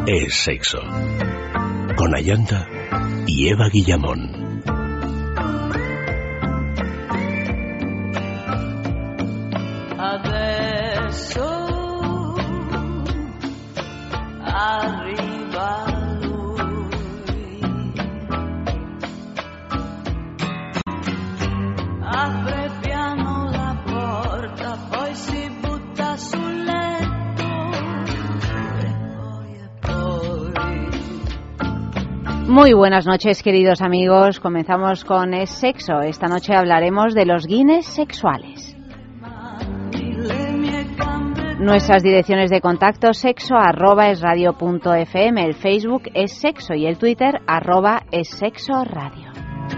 es sexo. Con Ayanta y Eva Guillamón. Muy buenas noches, queridos amigos. Comenzamos con Es Sexo. Esta noche hablaremos de los guines sexuales. Nuestras direcciones de contacto: sexo@esradio.fm, el Facebook Es Sexo y el Twitter @essexoradio.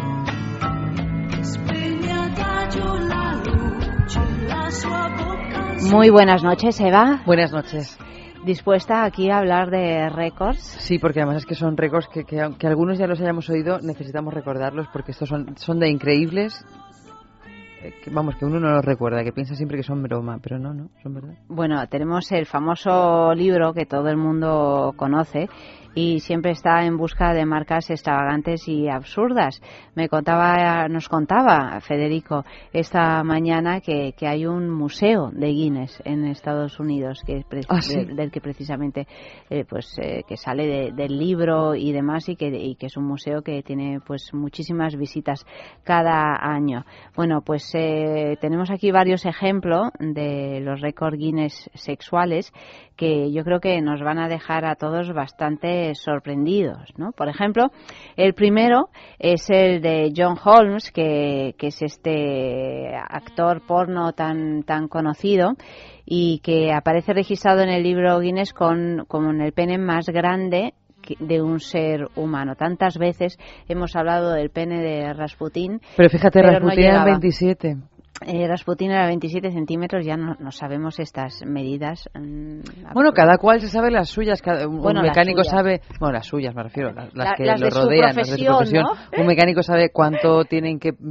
Muy buenas noches, Eva. Buenas noches. ¿Dispuesta aquí a hablar de récords? Sí, porque además es que son récords que aunque algunos ya los hayamos oído, necesitamos recordarlos porque estos son de increíbles. Que uno no los recuerda, que piensa siempre que son broma, pero no, son verdad. Bueno, tenemos el famoso libro que todo el mundo conoce y siempre está en busca de marcas extravagantes y absurdas. Nos contaba Federico esta mañana que hay un museo de Guinness en Estados Unidos del que precisamente que sale del libro y demás y que es un museo que tiene pues muchísimas visitas cada año. Bueno, pues tenemos aquí varios ejemplos de los récords Guinness sexuales que yo creo que nos van a dejar a todos bastante sorprendidos, ¿no? Por ejemplo, el primero es el de John Holmes, que es este actor porno tan conocido y que aparece registrado en el libro Guinness como el pene más grande de un ser humano. Tantas veces hemos hablado del pene de Rasputín. Pero fíjate, Rasputín era 27. Rasputín era 27 centímetros, ya no sabemos estas medidas. Bueno, cada cual se sabe las suyas, un mecánico sabe, las suyas me refiero, las que lo rodean, las de su profesión. ¿No? Un mecánico sabe cuánto tienen que...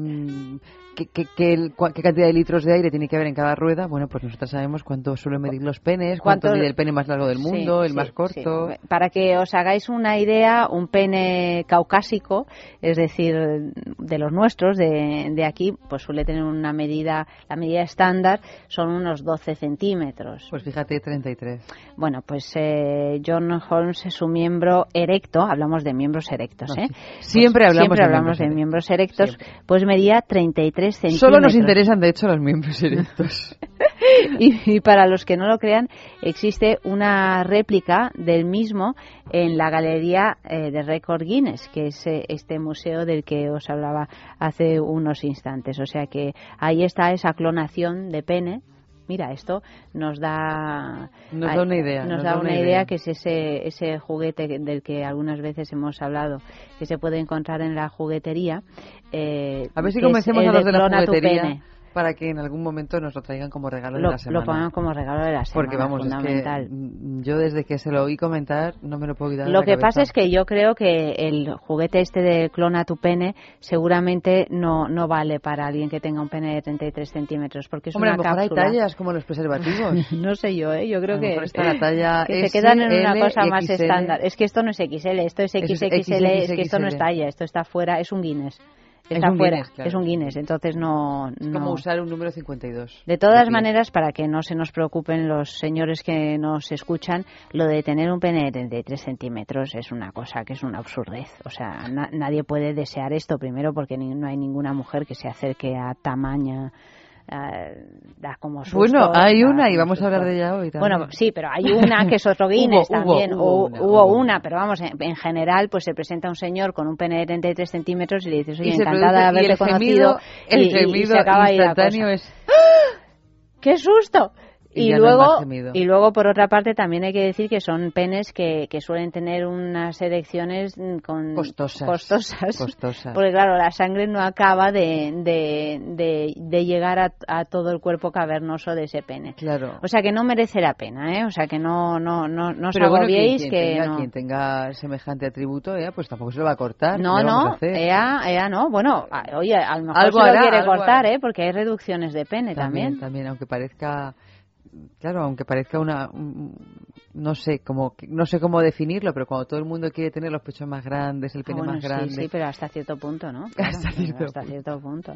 ¿Qué cantidad de litros de aire tiene que haber en cada rueda? Bueno, pues nosotros sabemos cuánto suelen medir los penes, cuánto mide el pene más largo del mundo, el más corto. Sí. Para que os hagáis una idea, un pene caucásico, es decir, de los nuestros, de aquí, pues suele tener una medida, la medida estándar son unos 12 centímetros. Pues fíjate, 33. Bueno, pues John Holmes, su miembro erecto, hablamos de miembros erectos, ¿eh? Siempre hablamos de miembros erectos, siempre. Pues medía 33 centímetros. Solo nos interesan, de hecho, los miembros erectos. y para los que no lo crean, existe una réplica del mismo en la Galería de Récord Guinness, que es este museo del que os hablaba hace unos instantes. O sea que ahí está esa clonación de pene. Mira, esto nos da una idea. Nos da una idea que es ese juguete del que algunas veces hemos hablado, que se puede encontrar en la juguetería. A ver si convencemos a los de la juguetería para que en algún momento nos lo traigan como regalo de la semana. Lo pongan como regalo de la semana. Porque vamos, fundamental. Es que yo desde que se lo oí comentar no me lo puedo quitar. Lo que pasa es que yo creo que el juguete este de clona tu pene seguramente no vale para alguien que tenga un pene de 33 centímetros, porque es una cápsula. A lo mejor hay tallas como los preservativos. No sé yo, yo creo que está la talla que S, se quedan en una L, cosa más XL. Estándar. Es que esto no es XL, esto es XXL, es que esto no es talla, esto está fuera, es un Guinness. Está fuera, Guinness, claro. Es un Guinness, entonces no... Es como usar un número 52. De todas maneras, para que no se nos preocupen los señores que nos escuchan, lo de tener un pene de 33 centímetros es una cosa que es una absurdez. O sea, nadie puede desear esto, primero porque no hay ninguna mujer que se acerque a tamaña... da como susto. Bueno, hay una y vamos a hablar de ella hoy también. Bueno, sí, pero hay una que es otro Guinness también. Hubo una, pero vamos, en general pues se presenta un señor con un pene de 33 centímetros y le dices, oye, encantada de haberte conocido. El gemido y se acaba instantáneo es... ¡Qué susto! Y luego, por otra parte, también hay que decir que son penes que suelen tener unas erecciones costosas. Porque, claro, la sangre no acaba de llegar a todo el cuerpo cavernoso de ese pene. Claro. O sea, que no merece la pena, ¿eh? O sea, que no os Pero agobiéis. Quien tenga semejante atributo, pues tampoco se lo va a cortar. No, ella no. Bueno, oye, a lo mejor se lo quiere cortar, porque hay reducciones de pene también. También, aunque parezca... claro, aunque parezca no sé cómo definirlo, pero cuando todo el mundo quiere tener los pechos más grandes, el pene más grande. Sí, pero hasta cierto punto, ¿no? Claro, hasta cierto punto.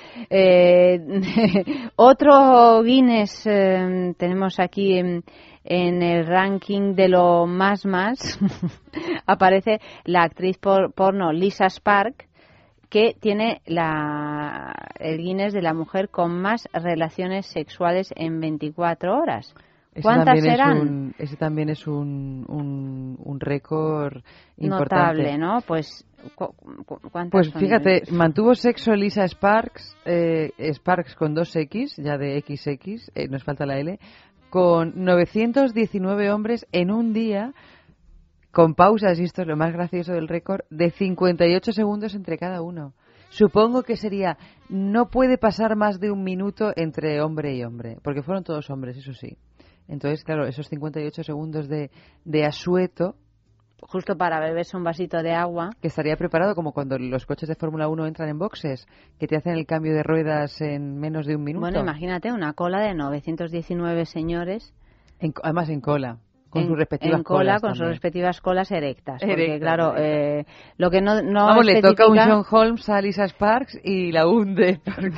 Otro Guinness tenemos aquí en el ranking de lo más aparece la actriz porno Lisa Sparks, que tiene el Guinness de la mujer con más relaciones sexuales en 24 horas. ¿Cuántas serán? Ese también es un récord importante. Notable, ¿no? Pues, ¿cuántas pues son? fíjate, mantuvo sexo Lisa Sparks, Sparks con 2X, ya de XX, nos falta la L, con 919 hombres en un día, con pausas, y esto es lo más gracioso del récord, de 58 segundos entre cada uno. Supongo que no puede pasar más de un minuto entre hombre y hombre, porque fueron todos hombres, eso sí. Entonces, claro, esos 58 segundos de asueto, justo para beberse un vasito de agua, que estaría preparado como cuando los coches de Fórmula 1 entran en boxes, que te hacen el cambio de ruedas en menos de un minuto. Bueno, imagínate una cola de 919 señores. Además en cola. Con sus respectivas colas con sus respectivas colas erectas. Porque, claro, erectas. Lo que no vamos, le toca un Sean Holmes a Lisa Sparks y la hunde.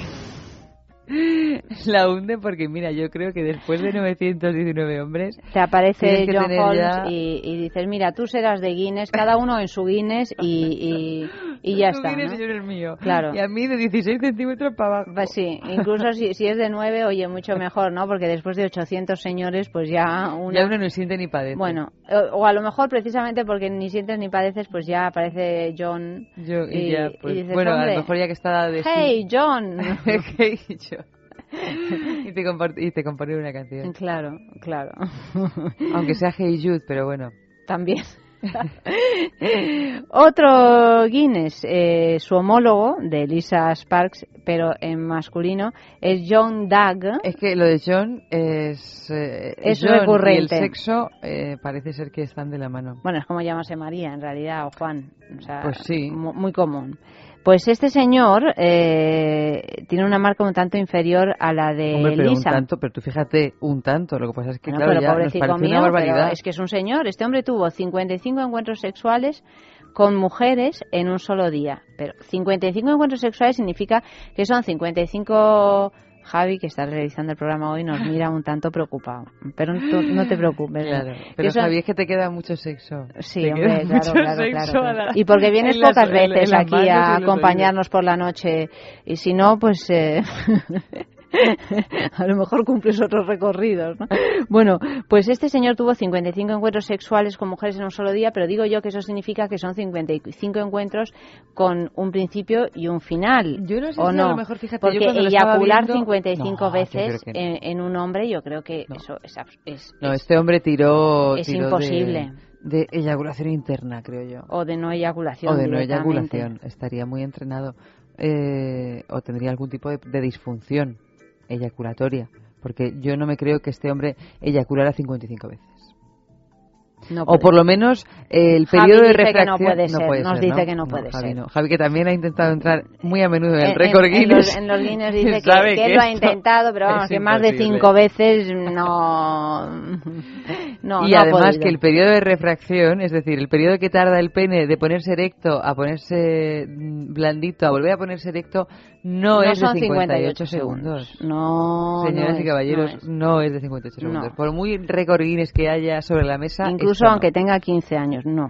La hunde porque, mira, yo creo que después de 919 hombres... Te aparece John Holmes y dices, mira, tú serás de Guinness, cada uno en su Guinness y ya está, Guinness, ¿no? Yo el mío. Claro. Y a mí de 16 centímetros para abajo. Pues sí, incluso si es de 9, oye, mucho mejor, ¿no? Porque después de 800 señores, pues ya uno no siente ni padece. Bueno, o a lo mejor precisamente porque ni sientes ni padeces, pues ya aparece John y ya, pues, y dices, bueno, hombre, a lo mejor ya que está de... ¡Hey, John! ¡Hey, John! y te compone una canción. Claro. Aunque sea Hey Jude, pero bueno. También. Otro Guinness, su homólogo de Lisa Sparks, pero en masculino, es John Doug. Es que lo de John es John recurrente. Y el sexo parece ser que están de la mano. Bueno, es como llamarse María en realidad, o Juan. O sea, pues sí. Muy común. Pues este señor tiene una marca un tanto inferior a la de Lisa. Pero tú fíjate, un tanto. Lo que pasa es que, bueno, claro, ya nos parece una barbaridad. Pero es que es un señor. Este hombre tuvo 55 encuentros sexuales con mujeres en un solo día. Pero 55 encuentros sexuales significa que son 55... Javi, que está realizando el programa hoy, nos mira un tanto preocupado. Pero tú no te preocupes. Claro, pero Javi, es que te queda mucho sexo. Sí, hombre, claro. Y porque vienes pocas veces aquí a acompañarnos por la noche. Y si no, pues... a lo mejor cumples otros recorridos, ¿no? Bueno, pues este señor tuvo 55 encuentros sexuales con mujeres en un solo día, pero digo yo que eso significa que son 55 encuentros con un principio y un final. Yo no sé ¿o si no? A lo mejor, fíjate, porque yo eyacular viendo... 55 veces en un hombre, yo creo que eso es... No, este hombre tiró imposible. De eyaculación interna, creo yo. O de no eyaculación. O de no eyaculación. Estaría muy entrenado. O tendría algún tipo de disfunción eyaculatoria, porque yo no me creo que este hombre eyaculara 55 veces. No o por lo menos el periodo de refracción no puede ser, nos dice ¿no? que no puede Javi, ser. No. Javi, que también ha intentado entrar muy a menudo en el récord Guinness. En los Guinness dice que él lo ha intentado, pero vamos, que más de 5 veces no y además que el periodo de refracción, es decir, el periodo que tarda el pene de ponerse erecto a ponerse blandito a volver a ponerse erecto no es de 58 segundos. No, señoras y caballeros, no es de 58 segundos. Por muy récord Guinness que haya sobre la mesa, incluso aunque tenga 15 años, no.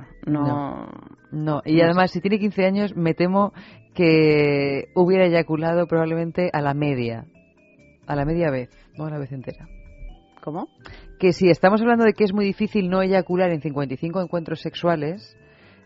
Y además, si tiene 15 años, me temo que hubiera eyaculado probablemente a la media vez, no a la vez entera. ¿Cómo? Que si estamos hablando de que es muy difícil no eyacular en 55 encuentros sexuales,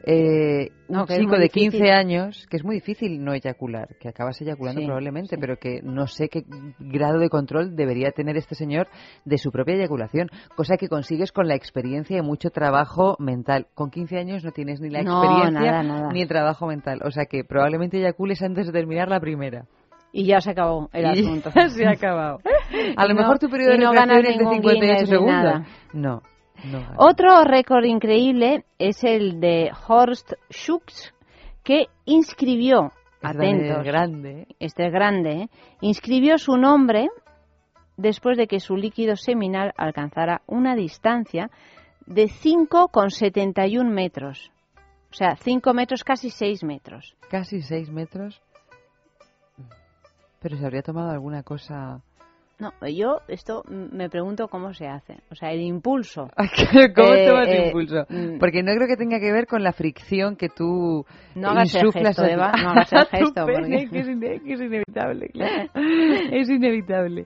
un chico de 15 años, que es muy difícil no eyacular, que acabas eyaculando probablemente, pero que no sé qué grado de control debería tener este señor de su propia eyaculación, cosa que consigues con la experiencia y mucho trabajo mental. Con 15 años no tienes ni la experiencia nada. ni el trabajo mental, o sea que probablemente eyacules antes de terminar la primera. Y ya se acabó el asunto. Ya se ha acabado. A lo mejor tu periodo de refracción es de 58 segundos. No. Otro récord increíble es el de Horst Schultz, que inscribió, atentos, grande, inscribió su nombre después de que su líquido seminal alcanzara una distancia de 5,71 metros. O sea, 5 metros, casi 6 metros. ¿Casi 6 metros? Pero se habría tomado alguna cosa... No, yo esto me pregunto cómo se hace. O sea, el impulso. ¿Cómo tomas el impulso? Porque no creo que tenga que ver con la fricción que tú no hagas insuflas el gesto, Eva, no hagas el gesto. Porque... que es inevitable, claro. Es inevitable.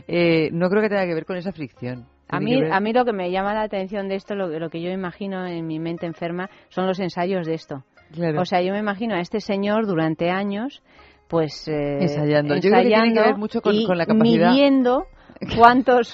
No creo que tenga que ver con esa fricción. A mí lo que me llama la atención de esto, lo que yo imagino en mi mente enferma, son los ensayos de esto. Claro. O sea, yo me imagino a este señor durante años... pues ensayando. Yo creo que tiene que ver mucho con la capacidad, midiendo cuántos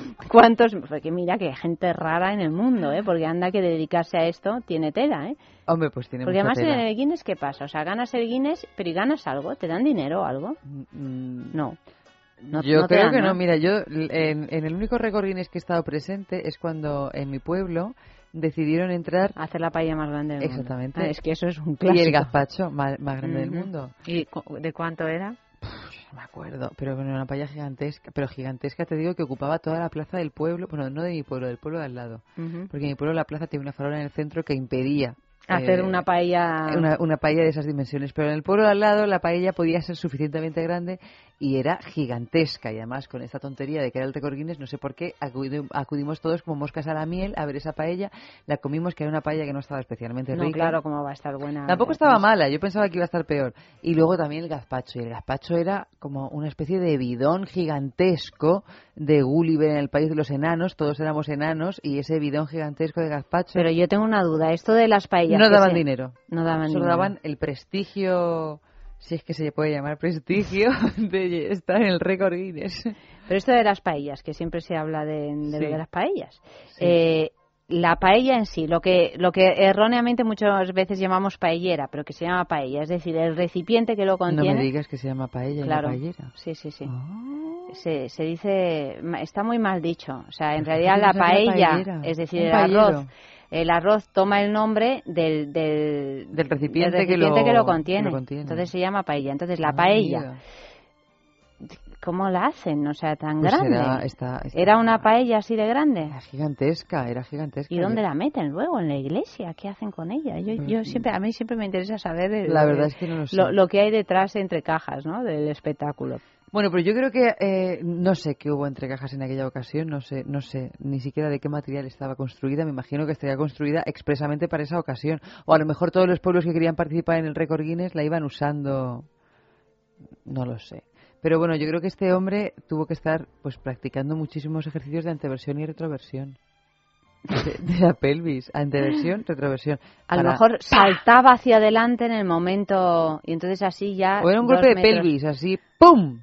porque mira que hay gente rara en el mundo, porque anda que dedicarse a esto tiene tela, Hombre, pues tiene porque mucha además tela. En el Guinness, ¿qué pasa? O sea, ganas el Guinness, pero ¿y ganas algo? ¿Te dan dinero o algo? No. Yo creo que no. Mira, yo en el único récord Guinness que he estado presente es cuando en mi pueblo decidieron entrar... a hacer la paella más grande del mundo. Exactamente. Es que eso es un clásico. Y el gazpacho más grande del mundo. ¿Y de cuánto era? No me acuerdo, pero bueno, una paella gigantesca. Pero gigantesca, te digo, que ocupaba toda la plaza del pueblo. Bueno, no de mi pueblo, del pueblo de al lado. Porque en mi pueblo la plaza tiene una farola en el centro que impedía hacer una paella... Una paella de esas dimensiones. Pero en el pueblo de al lado la paella podía ser suficientemente grande y era gigantesca. Y además con esta tontería de que era el récord Guinness, no sé por qué, acudimos todos como moscas a la miel a ver esa paella. La comimos, que era una paella que no estaba especialmente rica. No, claro, cómo va a estar buena. Tampoco estaba mala, yo pensaba que iba a estar peor. Y luego también el gazpacho. Y el gazpacho era como una especie de bidón gigantesco de Gulliver en el país de los enanos. Todos éramos enanos y ese bidón gigantesco de gazpacho... Pero yo tengo una duda, esto de las paellas... No daban dinero. No daban Solo dinero. daban el prestigio, si es que se puede llamar prestigio, de estar en el récord Guinness. Pero esto de las paellas, que siempre se habla de las paellas. Sí. La paella en sí, lo que erróneamente muchas veces llamamos paellera, pero que se llama paella, es decir, el recipiente que lo contiene... No me digas que se llama paella, claro, y no paellera. Sí. Oh. Se dice, está muy mal dicho. O sea, en realidad la paella, es decir, el arroz toma el nombre del recipiente que lo contiene. Entonces se llama paella. Entonces la paella, ¿cómo la hacen? O sea, tan pues grande. ¿Era una paella así de grande? Era gigantesca. ¿Y dónde la meten luego? ¿En la iglesia? ¿Qué hacen con ella? A mí siempre me interesa saber la verdad es que no lo sé. Lo que hay detrás entre cajas, ¿no? Del espectáculo. Bueno, pero yo creo que no sé qué hubo entre cajas en aquella ocasión, no sé ni siquiera de qué material estaba construida. Me imagino que estaría construida expresamente para esa ocasión. O a lo mejor todos los pueblos que querían participar en el récord Guinness la iban usando, no lo sé. Pero bueno, yo creo que este hombre tuvo que estar pues practicando muchísimos ejercicios de anteversión y retroversión. De la pelvis, anteversión, retroversión. A lo mejor saltaba hacia adelante en el momento y entonces así ya... O era un golpe de pelvis, así, ¡pum!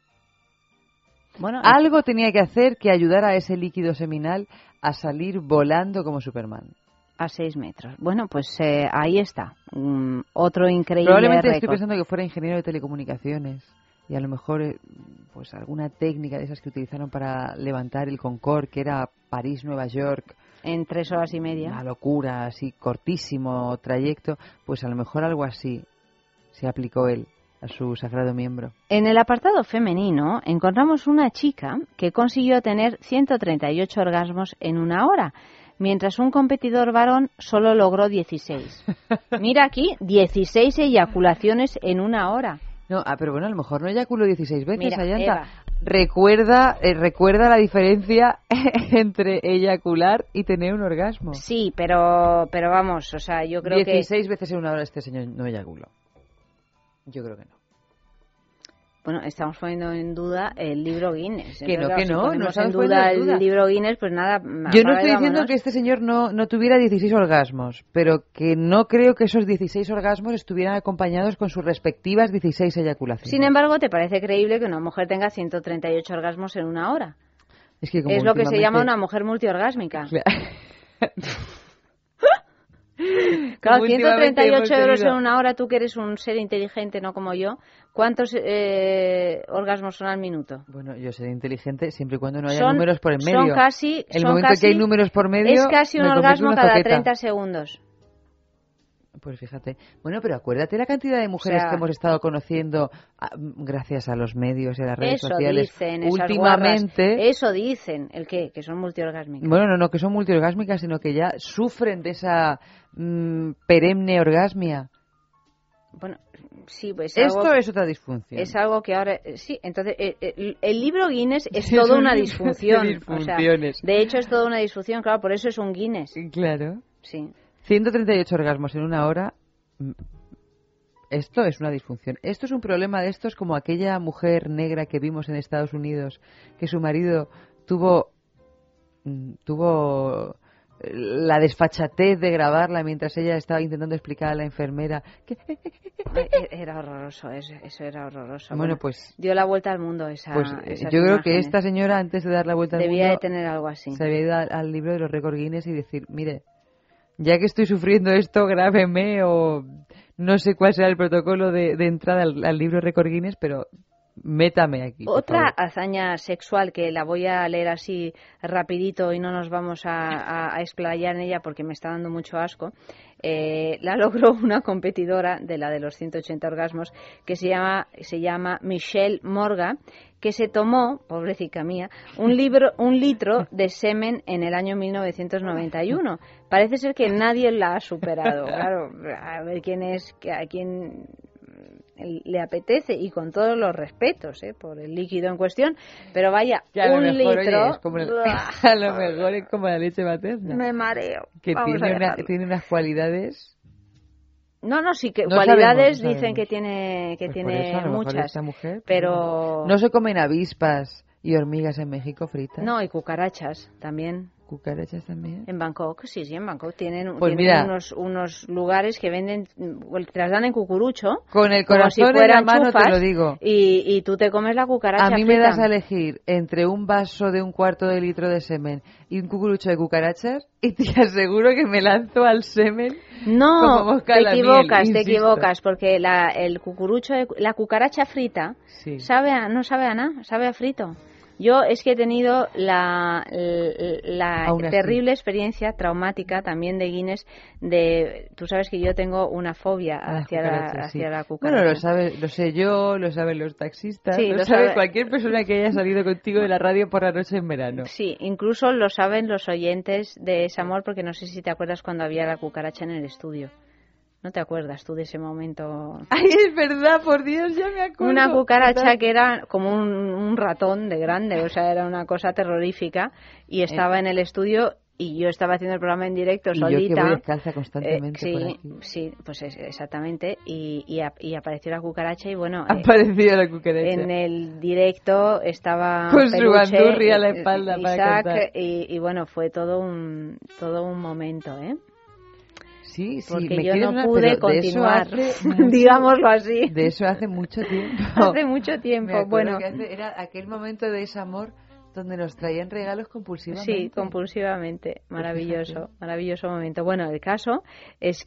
Bueno, algo tenía que hacer que ayudara a ese líquido seminal a salir volando como Superman. A 6 metros. Bueno, pues ahí está. Otro increíble Probablemente récord. Estoy pensando que fuera ingeniero de telecomunicaciones y a lo mejor pues alguna técnica de esas que utilizaron para levantar el Concorde, que era París-Nueva York. En 3 horas y media. Una locura, así cortísimo trayecto. Pues a lo mejor algo así se aplicó él a su sagrado miembro. En el apartado femenino encontramos una chica que consiguió tener 138 orgasmos en una hora, mientras un competidor varón solo logró 16. Mira aquí, 16 eyaculaciones en una hora. No, pero bueno, a lo mejor no eyaculó 16 veces, mira, Ayanta. Recuerda la diferencia entre eyacular y tener un orgasmo. Sí, pero vamos, o sea, yo creo 16 veces en una hora este señor no eyaculó. Yo creo que no. Bueno, estamos poniendo en duda el libro Guinness. Que no, si ponemos en duda el libro Guinness, pues nada. Yo no estoy diciendo que este señor no tuviera 16 orgasmos, pero que no creo que esos 16 orgasmos estuvieran acompañados con sus respectivas 16 eyaculaciones. Sin embargo, ¿te parece creíble que una mujer tenga 138 orgasmos en una hora? Es que es lo que se llama una mujer multiorgásmica. Claro, 138 euros en una hora, tú que eres un ser inteligente, no como yo, ¿cuántos orgasmos son al minuto? Bueno, yo seré inteligente siempre y cuando no haya números por en medio. El momento que hay números por medio... Es casi un orgasmo cada 30 segundos. Pues fíjate. Bueno, pero acuérdate la cantidad de mujeres que hemos estado conociendo gracias a los medios y a las redes sociales. Dicen, últimamente. Eso dicen. ¿El qué? Que son multiorgásmicas. Bueno, no que son multiorgásmicas, sino que ya sufren de esa perenne orgasmia. Bueno, sí, pues esto es otra disfunción. Es algo que ahora... Sí, entonces, el libro Guinness es toda una disfunción. O sea, de hecho, es toda una disfunción, claro, por eso es un Guinness. Claro. Sí. 138 orgasmos en una hora. Esto es una disfunción. Esto es un problema de estos como aquella mujer negra que vimos en Estados Unidos, que su marido tuvo la desfachatez de grabarla mientras ella estaba intentando explicar a la enfermera que... Era horroroso, eso era horroroso. Bueno, pues... Dio la vuelta al mundo esas yo creo imágenes. Que esta señora, antes de dar la vuelta al mundo... Debía de tener algo así. Se había ido al libro de los récords Guinness y decir, mire, ya que estoy sufriendo esto, grábeme, o no sé cuál será el protocolo de entrada al libro récord Guinness, pero... métame aquí. Otra hazaña sexual que la voy a leer así rapidito y no nos vamos a explayar en ella porque me está dando mucho asco. La logró una competidora de la de los 180 orgasmos que se llama Michelle Morga, que se tomó, pobrecita mía, un litro de semen en el año 1991. Parece ser que nadie la ha superado. Claro, a ver a quién le apetece, y con todos los respetos por el líquido en cuestión, pero vaya, un litro, oye, es como a lo mejor es como la leche materna, me mareo, que tiene unas cualidades. Sí, que no cualidades sabemos. Dicen que tiene eso, muchas, esta mujer, pero no se comen avispas y hormigas en México fritas. No, y cucarachas también. ¿Cucarachas también? En Bangkok, sí, en Bangkok tienen unos lugares que venden, te las dan en cucurucho. Con el corazón en la mano chufas, te lo digo. Y tú te comes la cucaracha. A mí frita. Me das a elegir entre un vaso de 1/4 de litro de semen y un cucurucho de cucarachas y te aseguro que me lanzo al semen. No, te equivocas, porque el cucurucho, la cucaracha frita, sí. No sabe a nada, sabe a frito. Yo es que he tenido la terrible experiencia traumática también de Guinness tú sabes que yo tengo una fobia hacia la cucaracha. Bueno, lo sé yo, lo saben los taxistas, sí, lo sabe cualquier persona que haya salido contigo de la radio por la noche en verano. Sí, incluso lo saben los oyentes de Ese Amor, porque no sé si te acuerdas cuando había la cucaracha en el estudio. ¿No te acuerdas tú de ese momento? ¡Ay, es verdad! Por Dios, ya me acuerdo. Una cucaracha que era como un ratón de grande, o sea, era una cosa terrorífica, y estaba en el estudio y yo estaba haciendo el programa en directo solita. Y yo que voy descalza constantemente por aquí. Sí, pues exactamente, y apareció la cucucaracha y bueno... Apareció la cucaracha. En el directo estaba con su bandurria a la espalda Isaac, para cantar. Y bueno, fue todo un momento, Sí, porque yo no pude continuar, digámoslo así. De eso hace mucho tiempo. Hace mucho tiempo, bueno. Era aquel momento de Ese Amor donde nos traían regalos compulsivamente. Sí, compulsivamente. Maravilloso, maravilloso momento. Bueno, el caso es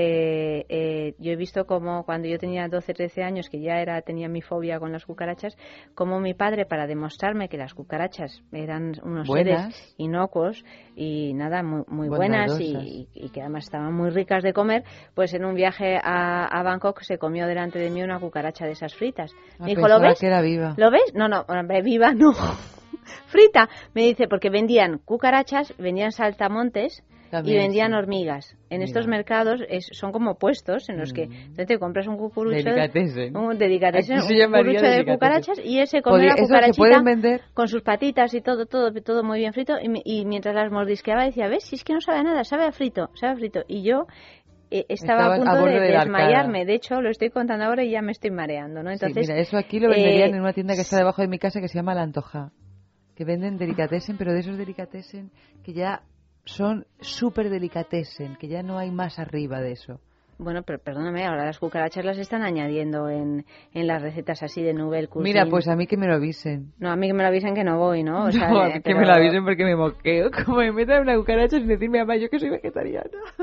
que yo he visto como cuando yo tenía 12, 13 años, que ya tenía mi fobia con las cucarachas, como mi padre, para demostrarme que las cucarachas eran unos seres inocuos y nada, muy buenas y que además estaban muy ricas de comer, pues en un viaje a Bangkok se comió delante de mí una cucaracha de esas fritas. Me dijo, ¿lo ves? Que era viva. ¿Lo ves? No, hombre, viva no. Frita, me dice, porque vendían cucarachas, vendían saltamontes también, y vendían hormigas. En estos mercados son como puestos en los que te compras un cucurucho un cucurucho de cucarachas y ese come la cucarachita con sus patitas y todo muy bien frito, y mientras las mordisqueaba decía, ¿ves? Si es que no sabe a nada, sabe a frito. Y yo estaba a punto de desmayarme. De hecho, lo estoy contando ahora y ya me estoy mareando, ¿no? Entonces, sí, mira, eso aquí lo venderían en una tienda que está debajo de mi casa que se llama La Antoja, que venden delicatessen, pero de esos delicatessen que ya son súper delicatessen, que ya no hay más arriba de eso. Bueno, pero perdóname, ahora las cucarachas las están añadiendo en las recetas así de Nouvelle Cuisine. Mira, pues a mí que me lo avisen. No, a mí que me lo avisen que no voy, ¿no? O sea, que me lo avisen porque me moqueo. Como me metan una cucaracha sin decirme, mamá, yo que soy vegetariana.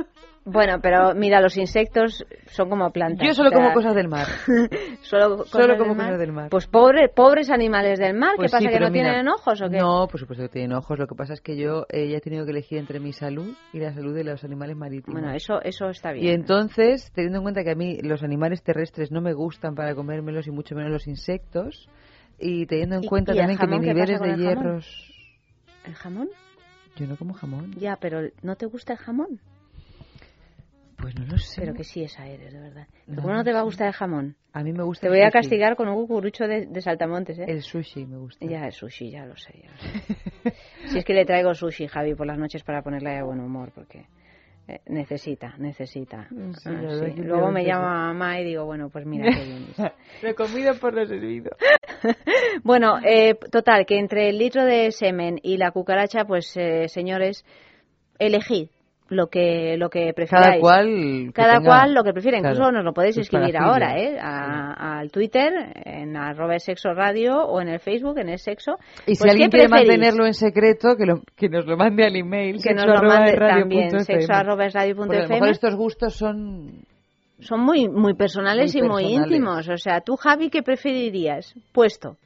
Bueno, pero mira, los insectos son como plantas. Yo solo como cosas del mar. Solo como cosas del mar. Pues pobres animales del mar. Pues ¿qué pasa, que no tienen ojos o qué? No, por supuesto que tienen ojos. Lo que pasa es que yo ya he tenido que elegir entre mi salud y la salud de los animales marítimos. Bueno, eso está bien. Y entonces, teniendo en cuenta que a mí los animales terrestres no me gustan para comérmelos y mucho menos los insectos, y teniendo en cuenta también que mis niveles de hierros... ¿El jamón? Yo no como jamón. Ya, pero ¿no te gusta el jamón? Pues no lo sé. Pero que sí esa eres, de verdad. ¿Pero cómo no te va a gustar el jamón? A mí me gusta. Te voy a castigar con un cucurucho de saltamontes, ¿eh? El sushi me gusta. Ya, el sushi, ya lo sé. Si es que le traigo sushi, Javi, por las noches para ponerle de buen humor, porque necesita. Sí, Luego me llama mamá y digo, bueno, pues mira qué bien. Lo comido por lo servido. Bueno, total, que entre el litro de semen y la cucaracha, pues señores, elegid lo que prefiráis. Cada cual lo que prefiera. Incluso claro, nos lo podéis escribir ahora, al Twitter, en @sexoradio, o en el Facebook, en el sexo. Y si alguien quiere mantenerlo en secreto, que nos lo mande al email. Que nos lo mande también, sexo@radio.fm. Porque a lo mejor estos gustos son muy, muy personales y muy íntimos. O sea, tú, Javi, ¿qué preferirías? Puesto.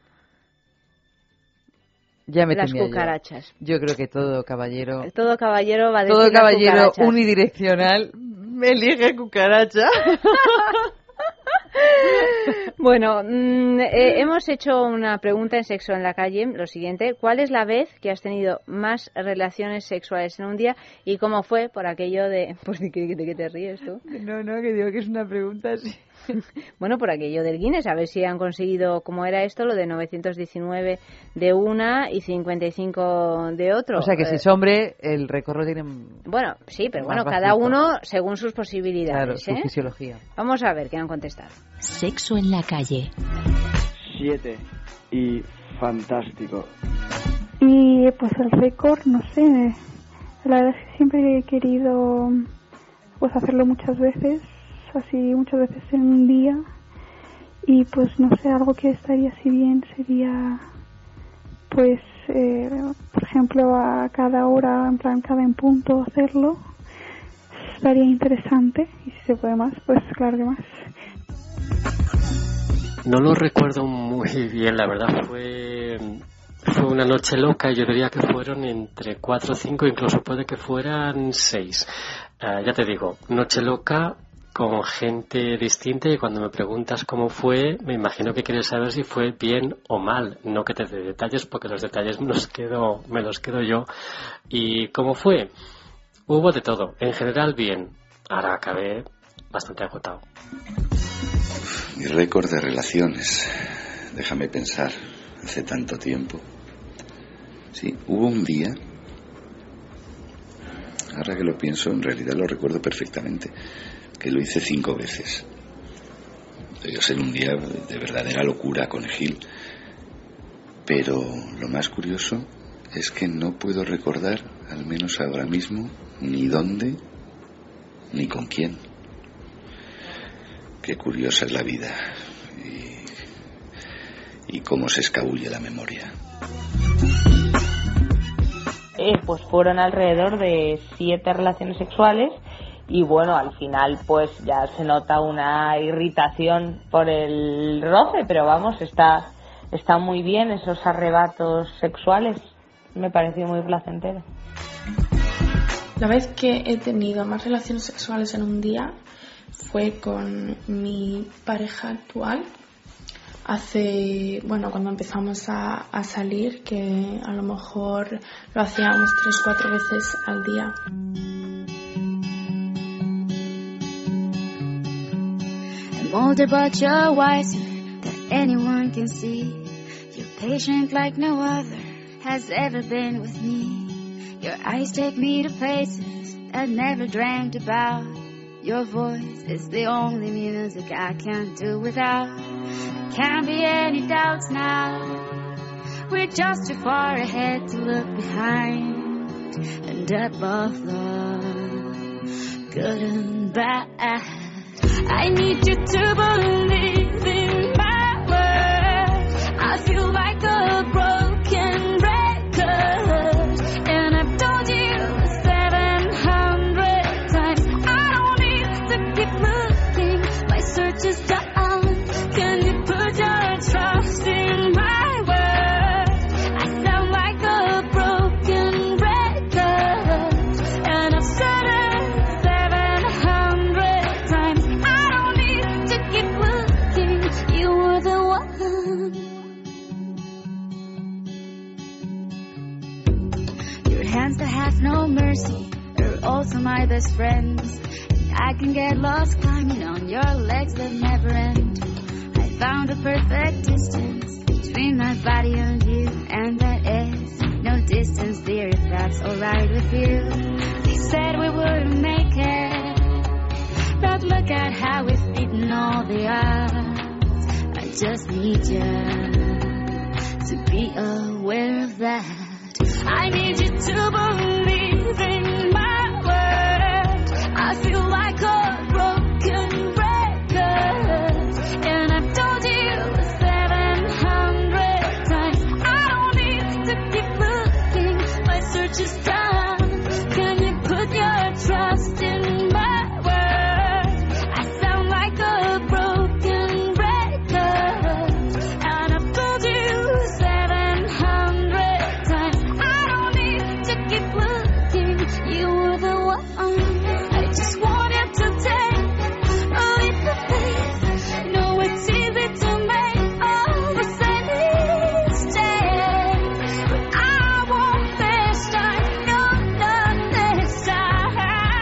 Ya me las cucarachas. Yo creo que todo caballero va a decir todo caballero unidireccional me elige cucaracha. Bueno, hemos hecho una pregunta en Sexo en la Calle, lo siguiente: ¿cuál es la vez que has tenido más relaciones sexuales en un día y cómo fue? Por aquello de... Pues ¿de qué te ríes tú? No, que digo que es una pregunta así. Bueno, por aquello del Guinness, a ver si han conseguido, ¿cómo era esto? Lo de 919 de una y 55 de otro. O sea que si es hombre, el récord lo tiene... Bueno, sí, pero bueno, cada uno según sus posibilidades. Claro, su fisiología. Vamos a ver qué han contestado. Sexo en la Calle. 7 y fantástico. Y pues el récord, no sé, la verdad es que siempre he querido pues hacerlo muchas veces, así muchas veces en un día, y pues no sé, algo que estaría así bien sería pues por ejemplo a cada hora, en plan cada en punto hacerlo, estaría interesante, y si se puede más, pues claro que más. No lo recuerdo muy bien, la verdad. Fue una noche loca. Yo diría que fueron entre 4 o 5, incluso puede que fueran 6. Ya te digo, noche loca con gente distinta, y cuando me preguntas cómo fue, me imagino que quieres saber si fue bien o mal. No que te dé detalles, porque los detalles me los quedo yo. ¿Y cómo fue? Hubo de todo. En general, bien. Ahora acabé bastante agotado. Mi récord de relaciones, déjame pensar, hace tanto tiempo. Sí, hubo un día, ahora que lo pienso, en realidad lo recuerdo perfectamente, que lo hice 5 veces. Debió ser un día de verdadera locura con Gil. Pero lo más curioso es que no puedo recordar, al menos ahora mismo, ni dónde, ni con quién. Qué curiosa es la vida y cómo se escabulle la memoria. Pues fueron alrededor de 7 relaciones sexuales, y bueno, al final pues ya se nota una irritación por el roce, pero vamos, está muy bien esos arrebatos sexuales, me pareció muy placentero. La vez que he tenido más relaciones sexuales en un día fue con mi pareja actual. Cuando empezamos a salir, que a lo mejor lo hacíamos 3-4 veces al día. I'm older but you're wiser than anyone can see. You're patient like no other has ever been with me. Your eyes take me to places I never dreamed about. Your voice is the only music I can't do without. Can't be any doubts now. We're just too far ahead to look behind. And above love, good and bad, I need you to believe in my words. I feel like a broken record, and I've told you 700 times I best friends. And I can get lost climbing on your legs that never end. I found a perfect distance between my body and you, and that is no distance, dear, if that's alright with you. They said we wouldn't make it, but look at how we've beaten all the odds. I just need you to be aware of that. I need you to believe in my word. I feel like a broken record, and I've told you 700 times. I don't need to keep looking, my search is done. Can you put your trust in my word? I sound like a broken record, and I've told you 700 times. I don't need to keep looking, you were the one. I just wanted to take a leap of faith. No, it's easy to make all the same mistakes, but I won't this time, no, not this time.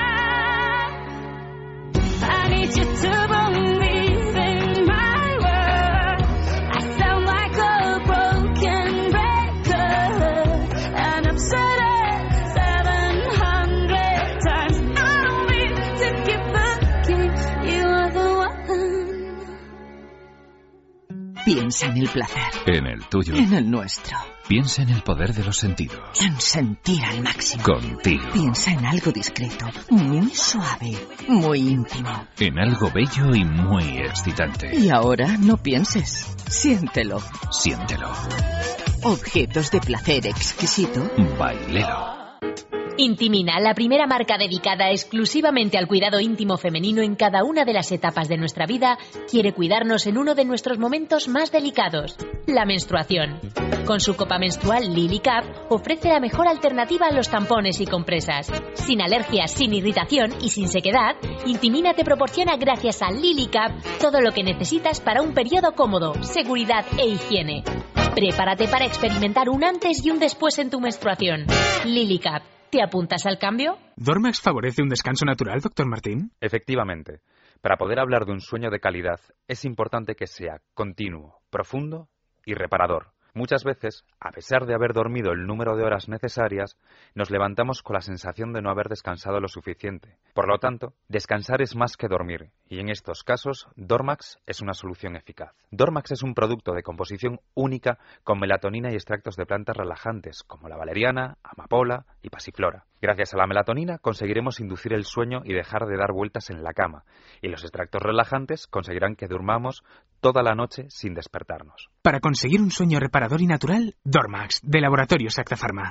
I need you to believe in my word. I sound like a broken record, and I've said it 700 times. I don't need to keep looking, you are the one. Piensa en el placer, En el tuyo. en el nuestro, Piensa en el poder de los sentidos. en sentir al máximo. Contigo. Piensa en algo discreto, muy suave, muy íntimo. En algo bello y muy excitante. Y ahora no pienses, siéntelo. Siéntelo. Objetos de placer exquisito. Bailelo. Intimina, la primera marca dedicada exclusivamente al cuidado íntimo femenino en cada una de las etapas de nuestra vida, quiere cuidarnos en uno de nuestros momentos más delicados, la menstruación. Con su copa menstrual Lily Cup ofrece la mejor alternativa a los tampones y compresas. Sin alergias, sin irritación y sin sequedad, Intimina te proporciona gracias a Lily Cup todo lo que necesitas para un periodo cómodo, seguridad e higiene. Prepárate para experimentar un antes y un después en tu menstruación. Lily Cup. ¿Te apuntas al cambio? ¿Dormax favorece un descanso natural, doctor Martín? Efectivamente. Para poder hablar de un sueño de calidad, es importante que sea continuo, profundo y reparador. Muchas veces, a pesar de haber dormido el número de horas necesarias, nos levantamos con la sensación de no haber descansado lo suficiente. Por lo tanto, descansar es más que dormir, y en estos casos, Dormax es una solución eficaz. Dormax es un producto de composición única con melatonina y extractos de plantas relajantes, como la valeriana, amapola y pasiflora. Gracias a la melatonina conseguiremos inducir el sueño y dejar de dar vueltas en la cama, y los extractos relajantes conseguirán que durmamos toda la noche sin despertarnos. Para conseguir un sueño reparador y natural, Dormax, de Laboratorios Acta Pharma.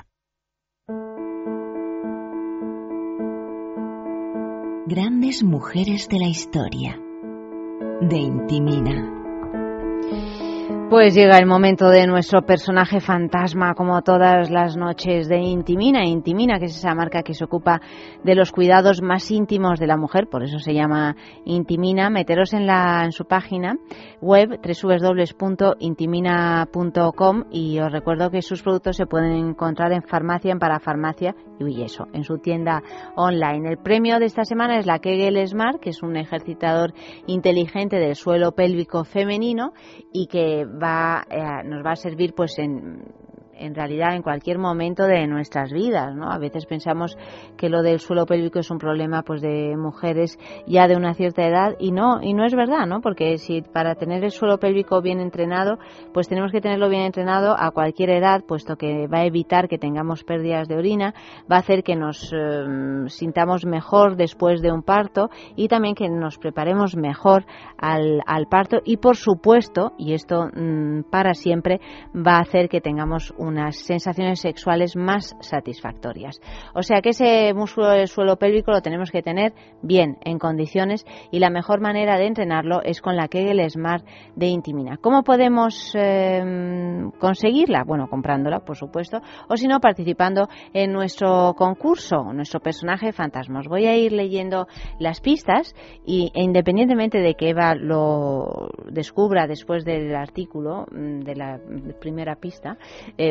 Grandes mujeres de la historia, de Intimina. Pues llega el momento de nuestro personaje fantasma, como todas las noches de Intimina. Intimina, que es esa marca que se ocupa de los cuidados más íntimos de la mujer, por eso se llama Intimina. Meteros en su página web www.intimina.com y os recuerdo que sus productos se pueden encontrar en farmacia, en parafarmacia y eso, en su tienda online. El premio de esta semana es la Kegel Smart, que es un ejercitador inteligente del suelo pélvico femenino y que nos va a servir pues en realidad en cualquier momento de nuestras vidas, ¿no? A veces pensamos que lo del suelo pélvico es un problema pues de mujeres ya de una cierta edad y no es verdad, ¿no? Porque si para tener el suelo pélvico bien entrenado, pues tenemos que tenerlo bien entrenado a cualquier edad, puesto que va a evitar que tengamos pérdidas de orina, va a hacer que nos sintamos mejor después de un parto y también que nos preparemos mejor al parto y por supuesto, y esto para siempre, va a hacer que tengamos unas sensaciones sexuales más satisfactorias. O sea que ese músculo del suelo pélvico lo tenemos que tener bien, en condiciones, y la mejor manera de entrenarlo es con la Kegel Smart de Intimina. ¿Cómo podemos conseguirla? Bueno, comprándola, por supuesto, o si no, participando en nuestro concurso, nuestro personaje fantasma. Os voy a ir leyendo las pistas e independientemente de que Eva lo descubra después del artículo, de la primera pista,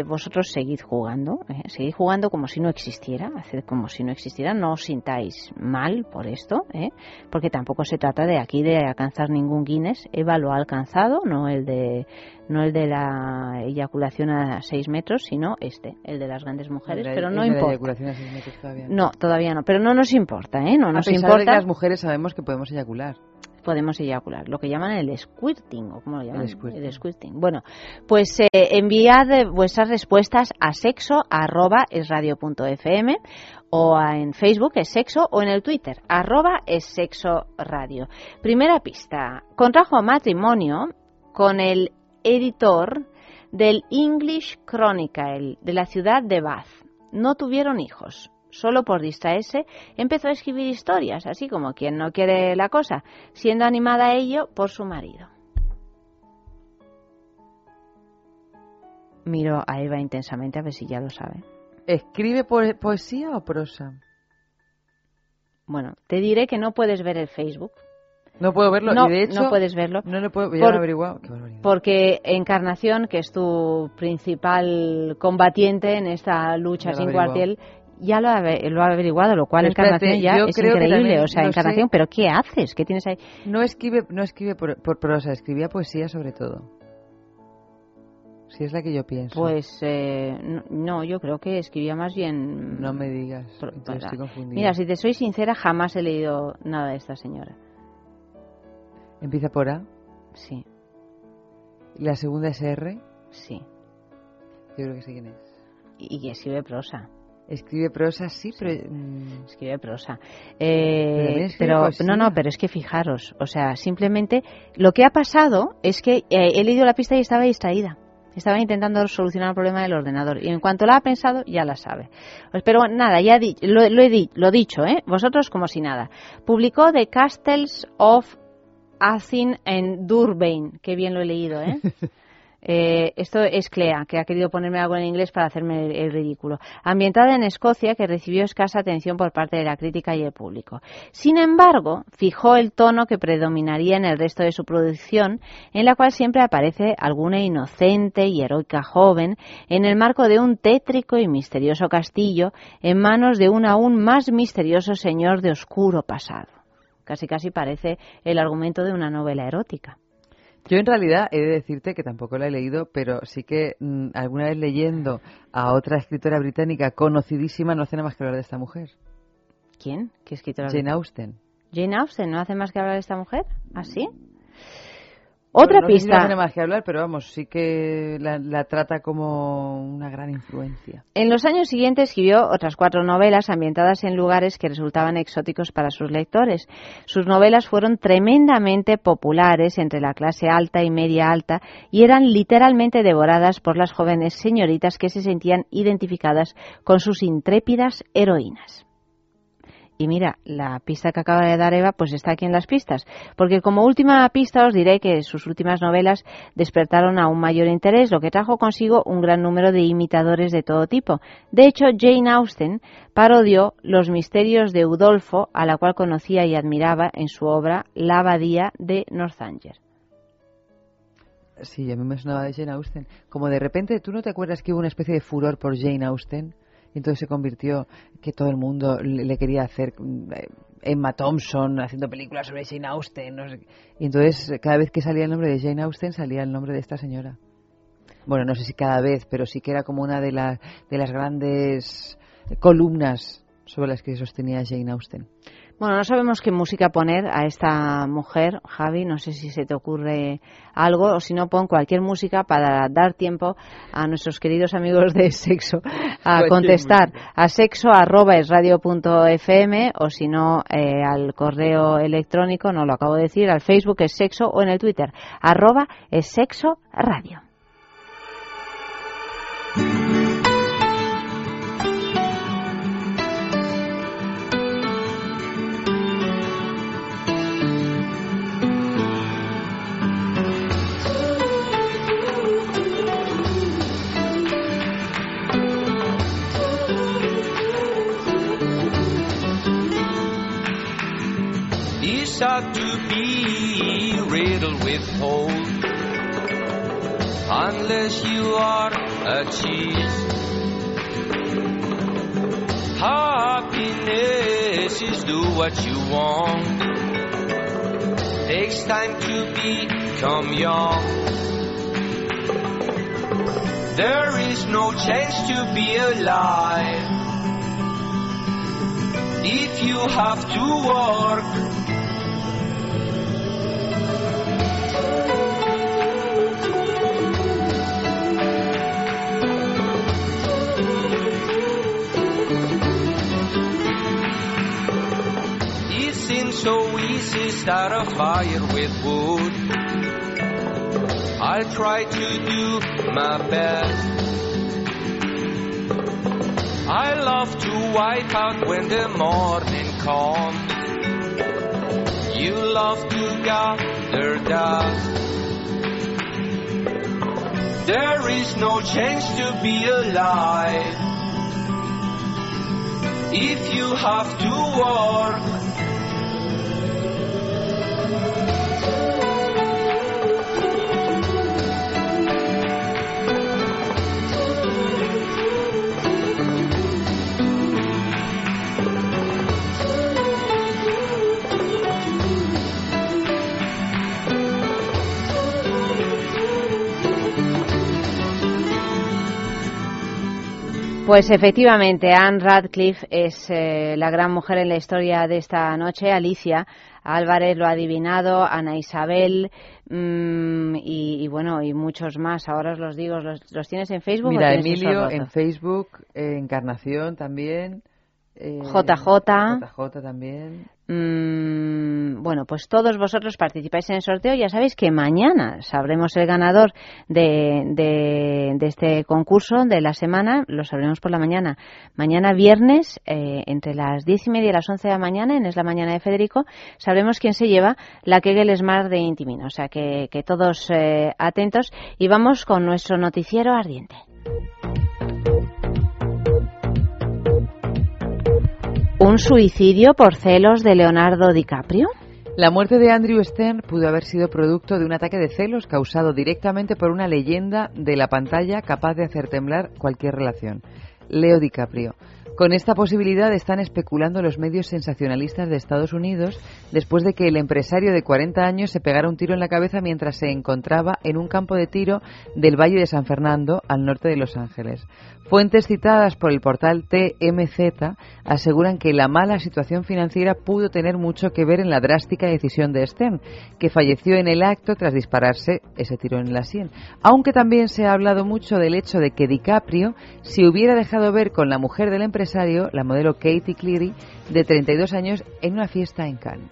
vosotros seguid jugando como si no existiera, haced como si no existiera, no os sintáis mal por esto, porque tampoco se trata de aquí de alcanzar ningún Guinness. Eva lo ha alcanzado, no el de la eyaculación a 6 metros, sino el de las grandes mujeres, pero no importa. ¿La eyaculación a 6 metros todavía no? No, todavía no, pero no nos importa, no nos importa. A pesar de que las mujeres sabemos que podemos eyacular. Podemos eyacular, lo que llaman el squirting, o ¿cómo lo llaman? El squirting. Bueno, pues enviad vuestras respuestas a sexo@esradio.fm o en Facebook es sexo o en el Twitter @essexoradio. Primera pista: contrajo matrimonio con el editor del English Chronicle de la ciudad de Bath. No tuvieron hijos. Solo por distraerse, empezó a escribir historias, así como quien no quiere la cosa, siendo animada a ello por su marido. Miro a Eva intensamente a ver si ya lo sabe. ¿Escribe poesía o prosa? Bueno, te diré que no puedes ver el Facebook. No puedo verlo, no, y de hecho... No puedes verlo. No lo puedo, ya lo he averiguado. Qué barbaridad. Porque Encarnación, que es tu principal combatiente en esta lucha sin cuartel... Ya lo ha averiguado, lo cual Encarnación ya es increíble. O sea, Encarnación, ¿pero qué haces? ¿Qué tienes ahí? No escribe por prosa, escribía poesía sobre todo. Si es la que yo pienso. Pues no, yo creo que escribía más bien... No me digas, estoy confundida. Mira, si te soy sincera, jamás he leído nada de esta señora. ¿Empieza por A? Sí. ¿Y la segunda es R? Sí. Yo creo que sé quién es. Y escribe prosa. Escribe prosa, sí, pero... Escribe prosa. Pero es que fijaros, o sea, simplemente lo que ha pasado es que he leído la pista y estaba distraída. Estaba intentando solucionar el problema del ordenador y en cuanto la ha pensado, ya la sabe. Pues, pero nada, ya lo dicho, vosotros como si nada. Publicó The Castles of Athen and Durban. Qué bien lo he leído, esto es Clea, que ha querido ponerme algo en inglés para hacerme el ridículo. Ambientada en Escocia, que recibió escasa atención por parte de la crítica y el público. Sin embargo, fijó el tono que predominaría en el resto de su producción, en la cual siempre aparece alguna inocente y heroica joven en el marco de un tétrico y misterioso castillo en manos de un aún más misterioso señor de oscuro pasado. Casi parece el argumento de una novela erótica. Yo en realidad he de decirte que tampoco la he leído, pero sí que alguna vez leyendo a otra escritora británica conocidísima no hace nada más que hablar de esta mujer. ¿Quién? ¿Qué escritora? Jane Austen. ¿Jane Austen no hace más que hablar de esta mujer? ¿Ah, sí? Otra no pista. No tiene más que hablar, pero vamos, sí que la trata como una gran influencia. En los años siguientes escribió otras 4 novelas ambientadas en lugares que resultaban exóticos para sus lectores. Sus novelas fueron tremendamente populares entre la clase alta y media alta y eran literalmente devoradas por las jóvenes señoritas que se sentían identificadas con sus intrépidas heroínas. Y mira, la pista que acaba de dar Eva, pues está aquí en las pistas. Porque como última pista os diré que sus últimas novelas despertaron aún mayor interés, lo que trajo consigo un gran número de imitadores de todo tipo. De hecho, Jane Austen parodió los misterios de Udolfo, a la cual conocía y admiraba en su obra La abadía de Northanger. Sí, a mí me sonaba de Jane Austen. Como de repente, ¿tú no te acuerdas que hubo una especie de furor por Jane Austen? Y entonces se convirtió que todo el mundo le quería hacer Emma Thompson haciendo películas sobre Jane Austen. No sé. Y entonces cada vez que salía el nombre de Jane Austen salía el nombre de esta señora. Bueno, no sé si cada vez, pero sí que era como una de las grandes columnas sobre las que se sostenía Jane Austen. Bueno, no sabemos qué música poner a esta mujer, Javi, no sé si se te ocurre algo, o si no, pon cualquier música para dar tiempo a nuestros queridos amigos de Sexo a contestar a sexo@esradio.fm o si no al correo electrónico, no lo acabo de decir, al Facebook es Sexo o en el Twitter @essexoradio. Ought to be riddled with holes unless you are achieve. Happiness is do what you want. Takes time to become young. There is no chance to be alive if you have to work. It seems so easy, start a fire with wood. I'll try to do my best. I love to wipe out when the morning comes. You love to gather dust. There is no chance to be alive if you have to work. Pues efectivamente, Anne Radcliffe es la gran mujer en la historia de esta noche. Alicia Álvarez lo ha adivinado, Ana Isabel y bueno, y muchos más. Ahora os los digo, ¿los tienes en Facebook? Mira, Emilio en Facebook, Encarnación también. JJ también. Bueno, pues todos vosotros participáis en el sorteo. Ya sabéis que mañana sabremos el ganador de este concurso de la semana. Lo sabremos por la mañana. Mañana viernes, entre las 10:30 y las 11 de la mañana, en Es la Mañana de Federico, sabremos quién se lleva la Kegel Smart de Intimino. O sea que todos atentos. Y vamos con nuestro noticiero ardiente. ¿Un suicidio por celos de Leonardo DiCaprio? La muerte de Andrew Stern pudo haber sido producto de un ataque de celos causado directamente por una leyenda de la pantalla capaz de hacer temblar cualquier relación. Leo DiCaprio. Con esta posibilidad están especulando los medios sensacionalistas de Estados Unidos después de que el empresario de 40 años se pegara un tiro en la cabeza mientras se encontraba en un campo de tiro del Valle de San Fernando, al norte de Los Ángeles. Fuentes citadas por el portal TMZ aseguran que la mala situación financiera pudo tener mucho que ver en la drástica decisión de Stern, que falleció en el acto tras dispararse ese tiro en la sien. Aunque también se ha hablado mucho del hecho de que DiCaprio se hubiera dejado ver con la mujer del empresario, la modelo Katie Cleary, de 32 años, en una fiesta en Cannes.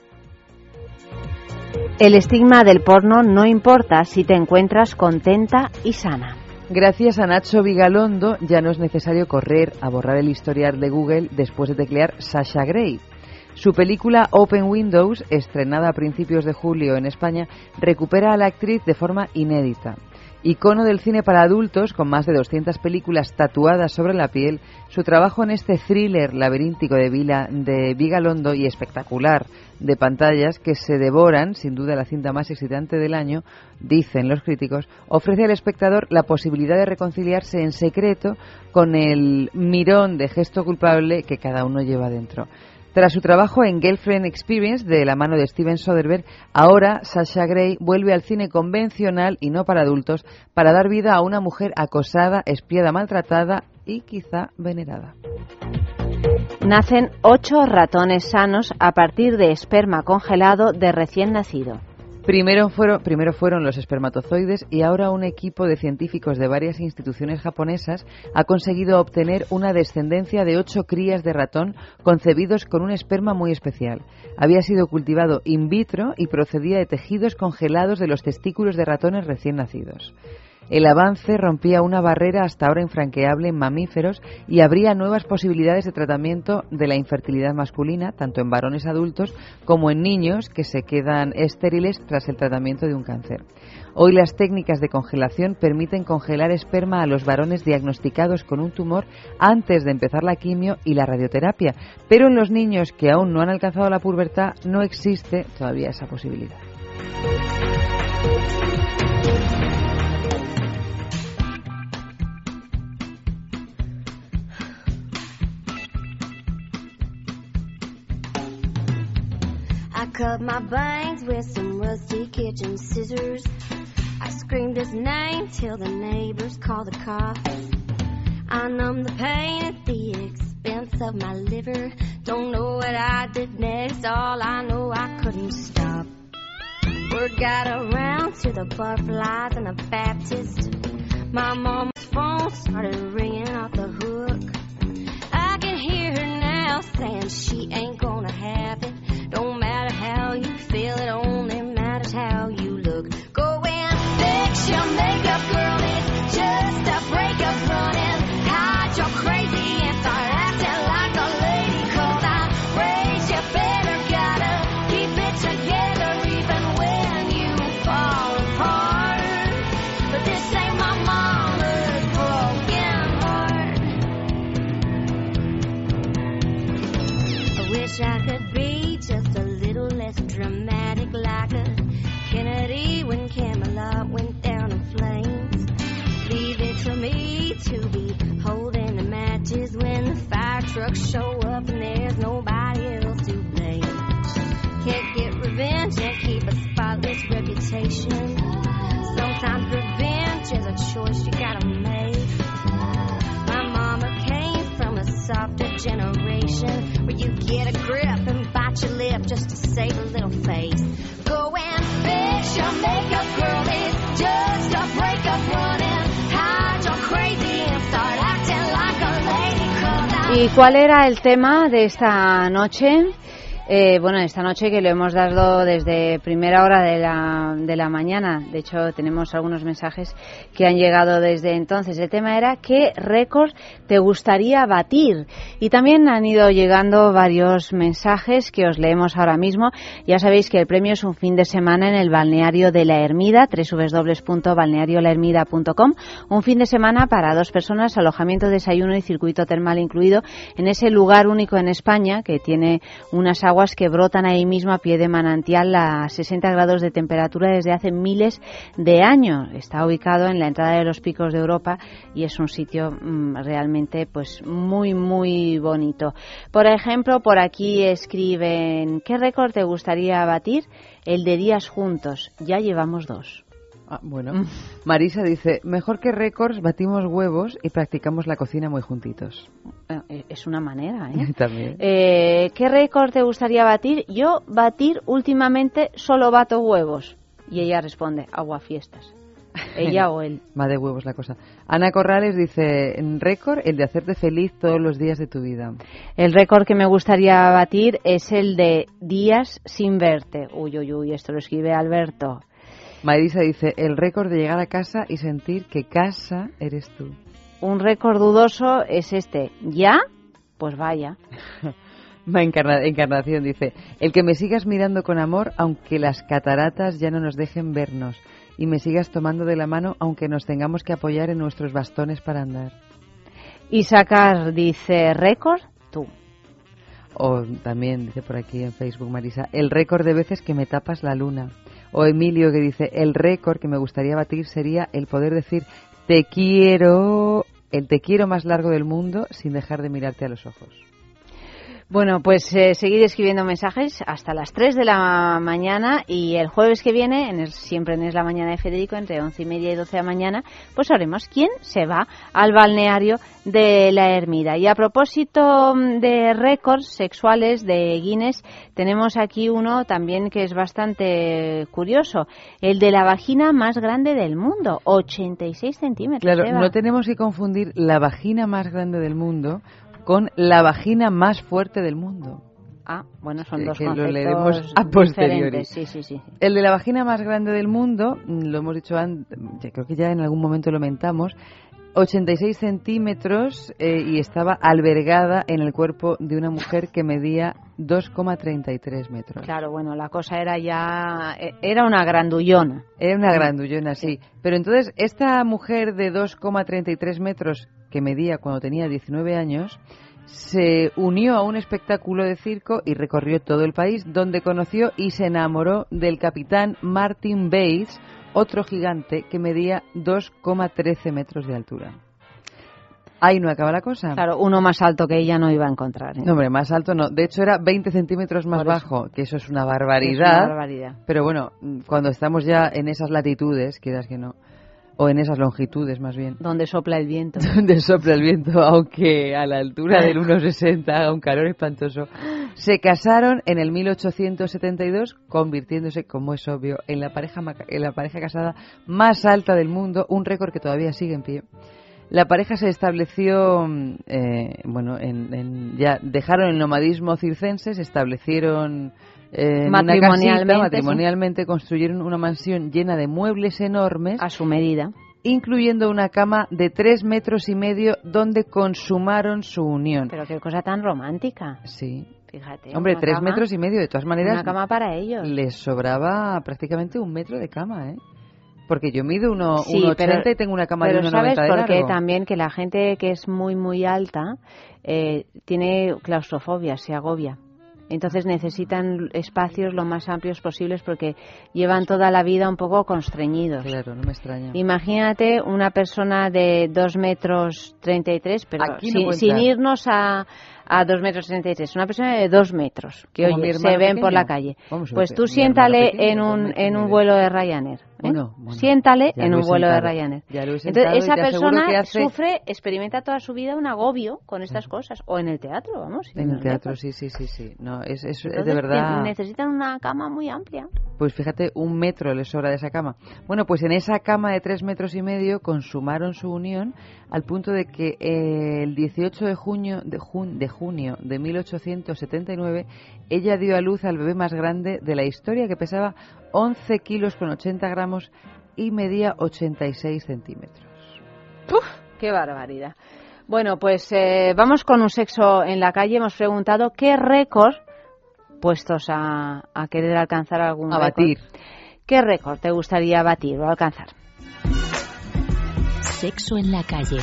El estigma del porno no importa si te encuentras contenta y sana. Gracias a Nacho Vigalondo ya no es necesario correr a borrar el historial de Google después de teclear Sasha Grey. Su película Open Windows, estrenada a principios de julio en España, recupera a la actriz de forma inédita. Icono del cine para adultos, con más de 200 películas tatuadas sobre la piel, su trabajo en este thriller laberíntico de Vigalondo y espectacular de pantallas que se devoran, sin duda la cinta más excitante del año, dicen los críticos, ofrece al espectador la posibilidad de reconciliarse en secreto con el mirón de gesto culpable que cada uno lleva dentro. Tras su trabajo en Girlfriend Experience, de la mano de Steven Soderbergh, ahora Sasha Grey vuelve al cine convencional y no para adultos para dar vida a una mujer acosada, espiada, maltratada y quizá venerada. Nacen 8 ratones sanos a partir de esperma congelado de recién nacido. Primero fueron los espermatozoides y ahora un equipo de científicos de varias instituciones japonesas ha conseguido obtener una descendencia de 8 crías de ratón concebidos con un esperma muy especial. Había sido cultivado in vitro y procedía de tejidos congelados de los testículos de ratones recién nacidos. El avance rompía una barrera hasta ahora infranqueable en mamíferos y abría nuevas posibilidades de tratamiento de la infertilidad masculina, tanto en varones adultos como en niños que se quedan estériles tras el tratamiento de un cáncer. Hoy las técnicas de congelación permiten congelar esperma a los varones diagnosticados con un tumor antes de empezar la quimio y la radioterapia, pero en los niños que aún no han alcanzado la pubertad no existe todavía esa posibilidad. I cut my bangs with some rusty kitchen scissors. I screamed his name till the neighbors called the cops. I numbed the pain at the expense of my liver. Don't know what I did next, all I know I couldn't stop. Word got around to the Butterflies and the Baptist. My mama's phone started ringing off the hook. I can hear her now saying she ain't gonna have it. Don't matter how you feel, it only matters how you look. Go and fix your makeup, girl, it's just a breakup running. Hide your crazy and start acting like a lady. 'Cause I raised you better, gotta keep it together even when you fall apart. But this ain't my mama's broken heart. I wish I could be just a little less dramatic, like a Kennedy when Camelot went down in flames. Leave it to me to be holding the matches when the fire trucks show up and there's nobody else to blame. Can't get revenge and keep a spotless reputation. Sometimes revenge is a choice you gotta make. My mama came from a softer generation where you get a grip and bite your lip just to save a little face. Go and fix your makeup, girl, it's just a breakup running. Hide your crazy and start acting like a lady. 'Cause ¿Y cuál era el tema de esta noche? Bueno, esta noche que lo hemos dado desde primera hora de la mañana. De hecho, tenemos algunos mensajes que han llegado desde entonces. El tema era ¿qué récord te gustaría batir? Y también han ido llegando varios mensajes que os leemos ahora mismo. Ya sabéis que el premio es un fin de semana en el balneario de La Hermida, www.balneariolahermida.com. Un fin de semana para 2 personas, alojamiento, desayuno y circuito termal incluido en ese lugar único en España que tiene unas aguas que brotan ahí mismo a pie de manantial a 60 grados de temperatura desde hace miles de años. Está ubicado en la entrada de los Picos de Europa y es un sitio realmente pues muy muy bonito. Por ejemplo, por aquí escriben ¿qué récord te gustaría batir? El de días juntos. Ya llevamos 2. Bueno, Marisa dice, mejor que récords, batimos huevos y practicamos la cocina muy juntitos. Es una manera, ¿eh? También. ¿Qué récord te gustaría batir? Yo batir últimamente solo bato huevos. Y ella responde, aguafiestas. Ella o él. Va de huevos la cosa. Ana Corrales dice, récord, el de hacerte feliz todos los días de tu vida. El récord que me gustaría batir es el de días sin verte. Uy, uy, uy, esto lo escribe Alberto. Marisa dice, el récord de llegar a casa y sentir que casa eres tú. Un récord dudoso es este. ¿Ya? Pues vaya. Encarnación dice, el que me sigas mirando con amor aunque las cataratas ya no nos dejen vernos y me sigas tomando de la mano aunque nos tengamos que apoyar en nuestros bastones para andar. Y sacar, dice, récord, tú. O también dice por aquí en Facebook Marisa, el récord de veces que me tapas la luna. O Emilio que dice, el récord que me gustaría batir sería el poder decir te quiero, el te quiero más largo del mundo sin dejar de mirarte a los ojos. Bueno, pues seguid escribiendo mensajes hasta las 3 de la mañana y el jueves que viene, siempre en Es la Mañana de Federico, entre 11:30 y 12 de la mañana, pues sabremos quién se va al balneario de La Hermida. Y a propósito de récords sexuales de Guinness, tenemos aquí uno también que es bastante curioso, el de la vagina más grande del mundo, 86 centímetros. Claro, Eva. No tenemos que confundir la vagina más grande del mundo con la vagina más fuerte del mundo. Ah, bueno, son dos que conceptos lo leeremos a posteriori. Sí. El de la vagina más grande del mundo, lo hemos dicho antes, creo que ya en algún momento lo mentamos, 86 centímetros y estaba albergada en el cuerpo de una mujer que medía 2,33 metros. Claro, bueno, la cosa era una grandullona. Era una grandullona, sí. Pero entonces, esta mujer de 2,33 metros que medía cuando tenía 19 años, se unió a un espectáculo de circo y recorrió todo el país, donde conoció y se enamoró del capitán Martin Bates, otro gigante que medía 2,13 metros de altura. Ahí no acaba la cosa. Claro, uno más alto que ella no iba a encontrar. No, hombre, más alto no. De hecho, era 20 centímetros más bajo, que eso es una barbaridad. Es una barbaridad. Pero bueno, cuando estamos ya en esas latitudes, quieras que no, o en esas longitudes más bien. Donde sopla el viento. Donde sopla el viento, aunque a la altura del 1,60 haga un calor espantoso. Se casaron en el 1872, convirtiéndose, como es obvio, en la pareja casada más alta del mundo, un récord que todavía sigue en pie. La pareja se estableció, ya dejaron el nomadismo circense, se establecieron en matrimonialmente, construyeron una mansión llena de muebles enormes. A su medida. Incluyendo una cama de 3,5 metros donde consumaron su unión. Pero qué cosa tan romántica. Sí. Fíjate. Hombre, 3,5 metros, de todas maneras. Una cama para ellos. Les sobraba prácticamente 1 metro de cama, ¿eh? Porque yo mido 1,80 y tengo una cama de 1,90 de largo. Pero ¿sabes por qué? También que la gente que es muy, muy alta tiene claustrofobia, se agobia. Entonces necesitan espacios lo más amplios posibles porque llevan toda la vida un poco constreñidos. Claro, no me extraña. Imagínate una persona de 2,33 metros, pero sin irnos a 2,33 metros, una persona de 2 metros, que oye, se ven por la calle. Pues tú siéntale en un vuelo de Ryanair. Siéntale en un vuelo de Ryanair. Entonces esa persona experimenta toda su vida un agobio con estas cosas. O en el teatro, vamos. En el teatro, sí. No, es de verdad. Necesitan una cama muy amplia. Pues fíjate, 1 metro les sobra de esa cama. Bueno, pues en esa cama de 3,5 metros consumaron su unión al punto de que el 18 de junio de 1879 ella dio a luz al bebé más grande de la historia, que pesaba 11 kilos con 80 gramos y medía 86 centímetros. ¡Uf! ¡Qué barbaridad! Bueno, pues vamos con un sexo en la calle. Hemos preguntado qué récord, puestos a querer alcanzar algún récord. Batir. ¿Qué récord te gustaría batir o alcanzar? Sexo en la calle.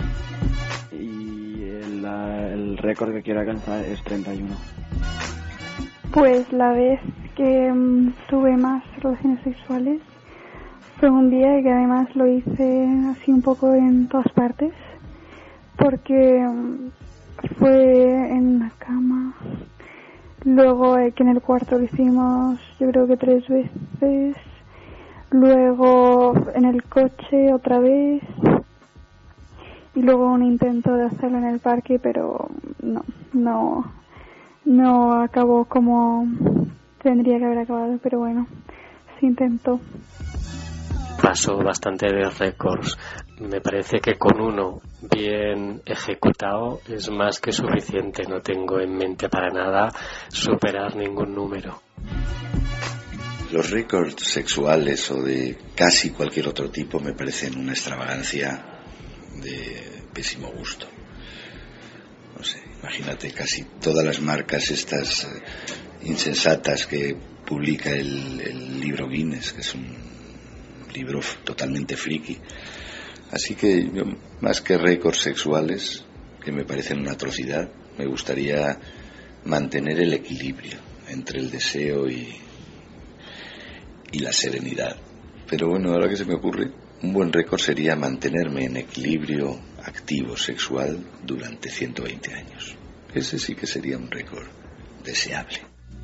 Y el récord que quiero alcanzar es 31. Pues la vez que tuve más relaciones sexuales fue un día que además lo hice así un poco en todas partes, porque fue en una cama, luego que en el cuarto lo hicimos yo creo que 3 veces, luego en el coche otra vez y luego un intento de hacerlo en el parque, pero no acabó como tendría que haber acabado, pero bueno, se intentó. Paso bastante de récords. Me parece que con uno bien ejecutado es más que suficiente. No tengo en mente para nada superar ningún número. Los récords sexuales o de casi cualquier otro tipo me parecen una extravagancia de pésimo gusto. No sé, imagínate casi todas las marcas estas insensatas que publica el libro Guinness, que es un libro totalmente friki. Así que yo, más que récords sexuales, que me parecen una atrocidad, me gustaría mantener el equilibrio entre el deseo y la serenidad. Pero bueno, ahora que se me ocurre, un buen récord sería mantenerme en equilibrio activo sexual durante 120 años. Ese sí que sería un récord deseable.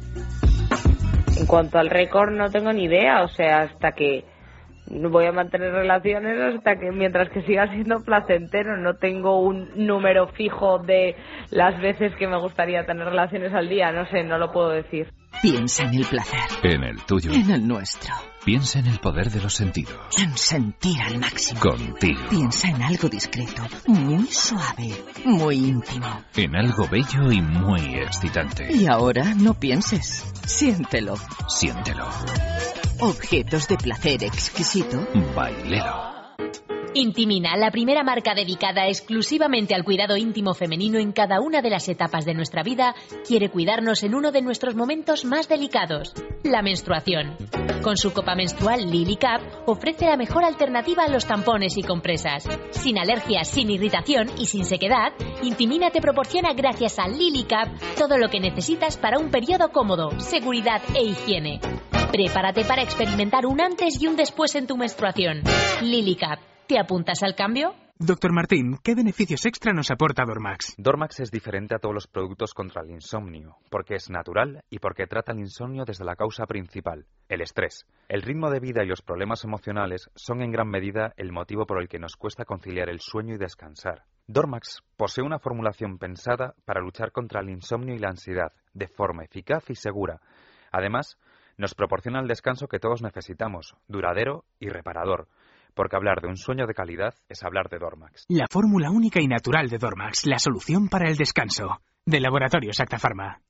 En cuanto al récord no tengo ni idea, o sea, hasta que voy a mantener relaciones hasta que mientras que siga siendo placentero. No tengo un número fijo de las veces que me gustaría tener relaciones al día, no sé, no lo puedo decir. Piensa en el placer. En el tuyo. En el nuestro. Piensa en el poder de los sentidos. En sentir al máximo. Contigo. Piensa en algo discreto, muy suave, muy íntimo. En algo bello y muy excitante. Y ahora no pienses, siéntelo. Siéntelo. Objetos de placer exquisito. Bailelo. Intimina, la primera marca dedicada exclusivamente al cuidado íntimo femenino en cada una de las etapas de nuestra vida, quiere cuidarnos en uno de nuestros momentos más delicados, la menstruación. Con su copa menstrual Lily Cup ofrece la mejor alternativa a los tampones y compresas. Sin alergias, sin irritación y sin sequedad, Intimina te proporciona gracias a Lily Cup todo lo que necesitas para un periodo cómodo, seguridad e higiene. Prepárate para experimentar un antes y un después en tu menstruación. Lily Cup. ¿Te apuntas al cambio? Doctor Martín, ¿qué beneficios extra nos aporta Dormax? Dormax es diferente a todos los productos contra el insomnio, porque es natural y porque trata el insomnio desde la causa principal, el estrés. El ritmo de vida y los problemas emocionales son en gran medida el motivo por el que nos cuesta conciliar el sueño y descansar. Dormax posee una formulación pensada para luchar contra el insomnio y la ansiedad, de forma eficaz y segura. Además, nos proporciona el descanso que todos necesitamos, duradero y reparador. Porque hablar de un sueño de calidad es hablar de Dormax. La fórmula única y natural de Dormax, la solución para el descanso. De Laboratorios Acta Pharma.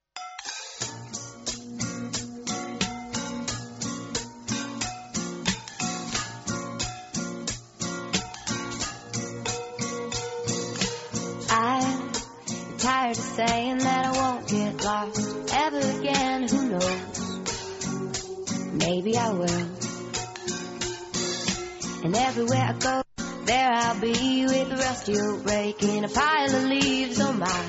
I'm tired of saying that I won't get lost ever again. Who knows? Maybe I will. And everywhere I go, there I'll be with a rusty old rake in a pile of leaves. Oh my,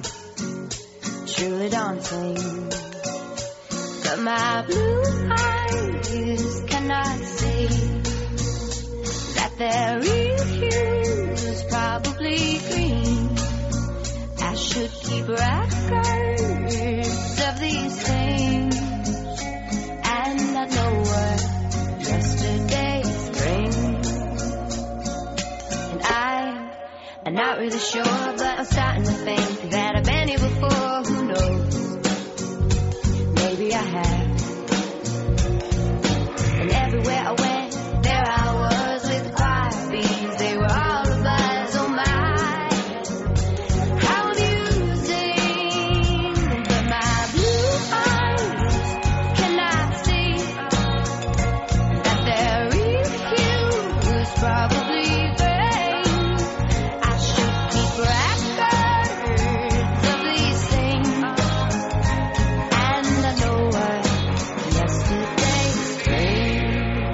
truly daunting. But my blue eyes cannot see that their real hue is probably green. I should keep records of these things, and I know what yesterday's bring. And I'm not really sure, but I'm starting to think that I've been here before. Who knows? Maybe I have. And everywhere I went, there I was with the choir bees. They were all a buzz. Oh my, how amusing! But my blue eyes cannot see that their real hue was probably gray. I should keep records of these things, and I know what yesterday's bring.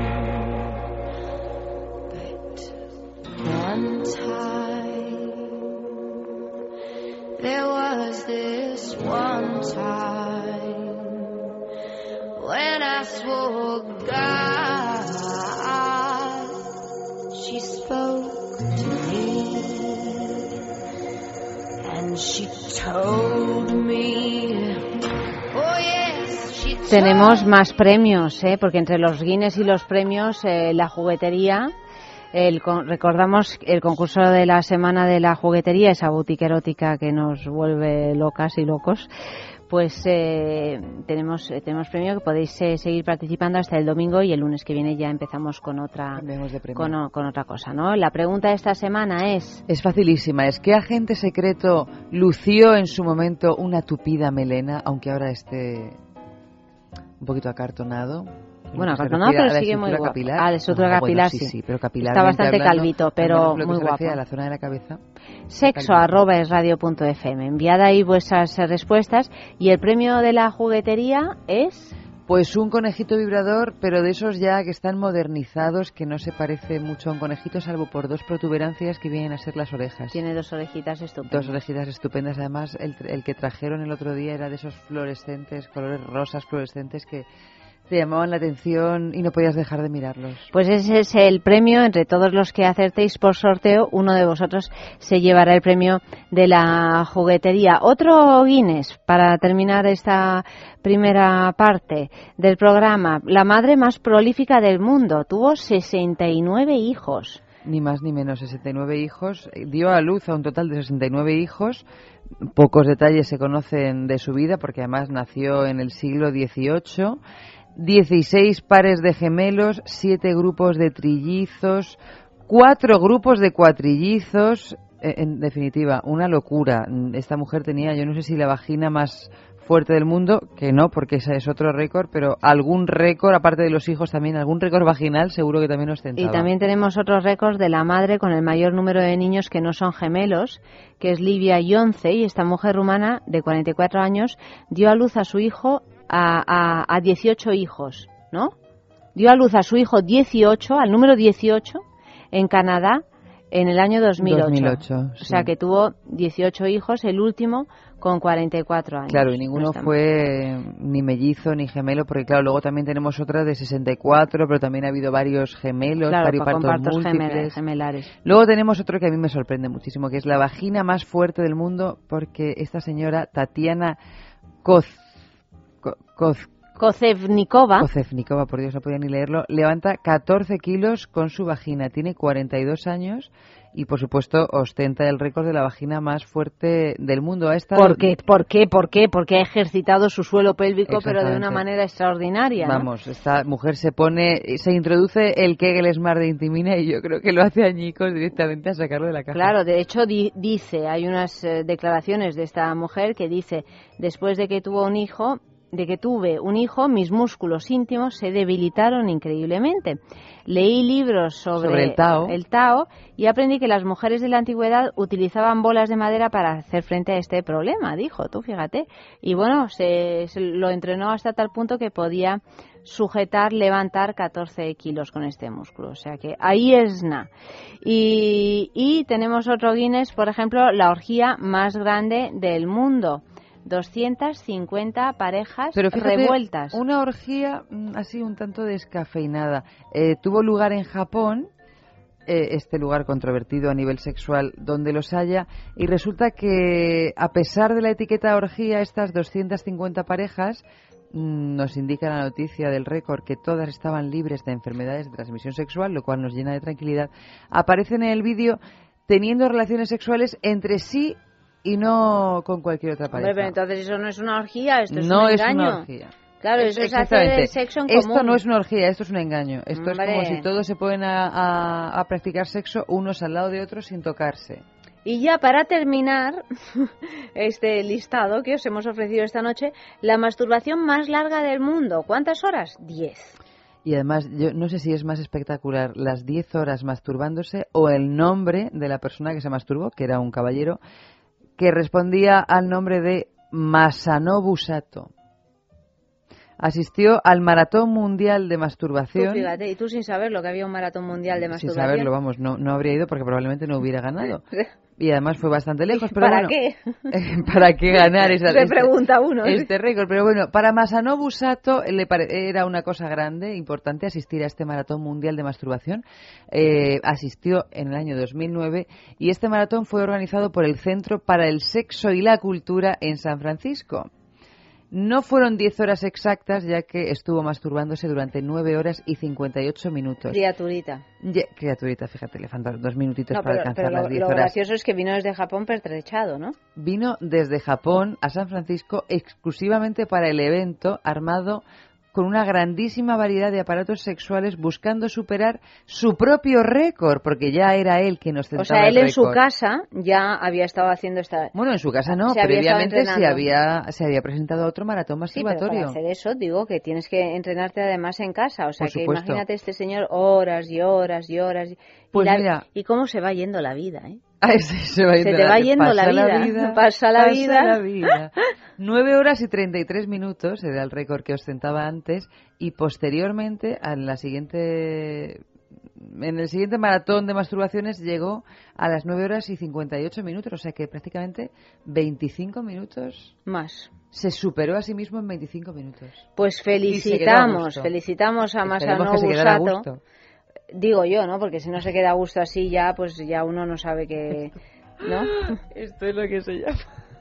But one time, there was this one time when I swore God, she spoke to me, and she told me, oh yes, she told Tenemos más premios, porque entre los Guinness y los premios, la juguetería, recordamos el concurso de la semana de la juguetería, esa boutique erótica que nos vuelve locas y locos. Pues tenemos premio que podéis seguir participando hasta el domingo, y el lunes que viene ya empezamos con otra cosa, ¿no? La pregunta de esta semana es facilísima, es ¿qué agente secreto lució en su momento una tupida melena, aunque ahora esté un poquito acartonado? Bueno, acartonado, pero sigue muy guapo. Capilar. La estructura capilar, sí, pero capilar está bastante calvito, pero muy guapo. A la zona de la cabeza. sexo@esradio.fm. Enviad ahí vuestras respuestas. Y el premio de la juguetería es... Pues un conejito vibrador, pero de esos ya que están modernizados, que no se parece mucho a un conejito, salvo por dos protuberancias que vienen a ser las orejas. Tiene dos orejitas estupendas. Dos orejitas estupendas. Además, el que trajeron el otro día era de esos fluorescentes, colores rosas fluorescentes que te llamaban la atención y no podías dejar de mirarlos. Pues ese es el premio. Entre todos los que acertéis por sorteo, uno de vosotros se llevará el premio de la juguetería. Otro Guinness para terminar esta primera parte del programa. La madre más prolífica del mundo tuvo 69 hijos. Ni más ni menos, 69 hijos. Dio a luz a un total de 69 hijos. Pocos detalles se conocen de su vida, porque además nació en el siglo XVIII. 16 pares de gemelos, 7 grupos de trillizos, 4 grupos de cuatrillizos. En definitiva, una locura. Esta mujer tenía, yo no sé si la vagina más fuerte del mundo, que no, porque ese es otro récord, pero algún récord, aparte de los hijos también, algún récord vaginal seguro que también ostentaba. Y también tenemos otros récords de la madre con el mayor número de niños que no son gemelos, que es Livia Ionce, y esta mujer rumana de 44 años dio a luz a su hijo a 18 hijos, ¿no? Dio a luz a su hijo 18, al número 18, en Canadá, En el año 2008. 2008, sí. O sea, que tuvo 18 hijos, el último con 44 años. Claro, y ninguno fue ni mellizo ni gemelo, porque claro, luego también tenemos otra de 64, pero también ha habido varios gemelos, claro, partos múltiples. Gemelares. Luego tenemos otro que a mí me sorprende muchísimo, que es la vagina más fuerte del mundo, porque esta señora, Tatiana Kozevnikova, por Dios, no podía ni leerlo, levanta 14 kilos con su vagina, tiene 42 años y, por supuesto, ostenta el récord de la vagina más fuerte del mundo. ¿Por qué? Porque ha ejercitado su suelo pélvico, pero de una manera extraordinaria, ¿no? Vamos, esta mujer se introduce el Kegel Smart de Intimina y yo creo que lo hace añicos directamente a sacarlo de la caja. Claro, de hecho dice, hay unas declaraciones de esta mujer que dice, después de que tuve un hijo, mis músculos íntimos se debilitaron increíblemente. Leí libros sobre el Tao y aprendí que las mujeres de la antigüedad utilizaban bolas de madera para hacer frente a este problema, dijo, tú fíjate. Y bueno, se lo entrenó hasta tal punto que podía levantar 14 kilos con este músculo. O sea que ahí es nada. Y tenemos otro Guinness, por ejemplo, la orgía más grande del mundo. 250 parejas pero fíjate, revueltas. Una orgía así un tanto descafeinada. Tuvo lugar en Japón, este lugar controvertido a nivel sexual donde los haya, y resulta que a pesar de la etiqueta orgía, estas 250 parejas, nos indica la noticia del récord que todas estaban libres de enfermedades de transmisión sexual, lo cual nos llena de tranquilidad. Aparecen en el vídeo teniendo relaciones sexuales entre sí y no con cualquier otra pareja. Pero entonces eso no es una orgía, esto es un engaño. No es una orgía. Claro, eso es hacer el sexo en común. Esto no es una orgía, esto es un engaño. Esto es como si todos se ponen a practicar sexo unos al lado de otros sin tocarse. Y ya para terminar este listado que os hemos ofrecido esta noche, la masturbación más larga del mundo. ¿Cuántas horas? 10. Y además, yo no sé si es más espectacular las 10 horas masturbándose o el nombre de la persona que se masturbó, que era un caballero, que respondía al nombre de Masanobu Sato. Asistió al Maratón Mundial de Masturbación. Tú fíjate, y tú sin saberlo, que había un Maratón Mundial de Masturbación. Sin saberlo, vamos, no habría ido porque probablemente no hubiera ganado. Y además fue bastante lejos. Pero ¿Para bueno, qué? ¿Para qué ganar pregunta uno, este récord? Pero bueno, para Masanobu Sato era una cosa grande, importante, asistir a este Maratón Mundial de Masturbación. Asistió en el año 2009 y este maratón fue organizado por el Centro para el Sexo y la Cultura en San Francisco. No fueron 10 horas exactas, ya que estuvo masturbándose durante 9 horas y 58 minutos. Criaturita, fíjate, le faltaron 2 minutitos para alcanzar las 10 horas. Lo gracioso es que vino desde Japón pertrechado, ¿no? Vino desde Japón a San Francisco exclusivamente para el evento, armado con una grandísima variedad de aparatos sexuales, buscando superar su propio récord, porque ya era él quien ostentaba el récord. O sea, él en su casa ya había estado haciendo esta... Bueno, en su casa no, previamente se había presentado a otro maratón masturbatorio. Sí, pero para hacer eso, digo, que tienes que entrenarte además en casa. O sea, que imagínate este señor horas y horas y horas. Pues mira... Y cómo se va yendo la vida, ¿eh? Se te va yendo la vida. Pasa la vida. 9 horas y 33 minutos era el récord que ostentaba antes, y posteriormente en el siguiente maratón de masturbaciones llegó a las 9 horas y 58 minutos, o sea que prácticamente 25 minutos más. Se superó a sí mismo en 25 minutos. Pues felicitamos a Masanobu Sato. Digo yo, ¿no? Porque si no se queda a gusto así ya, pues ya uno no sabe qué, ¿no? Esto es lo que se llama.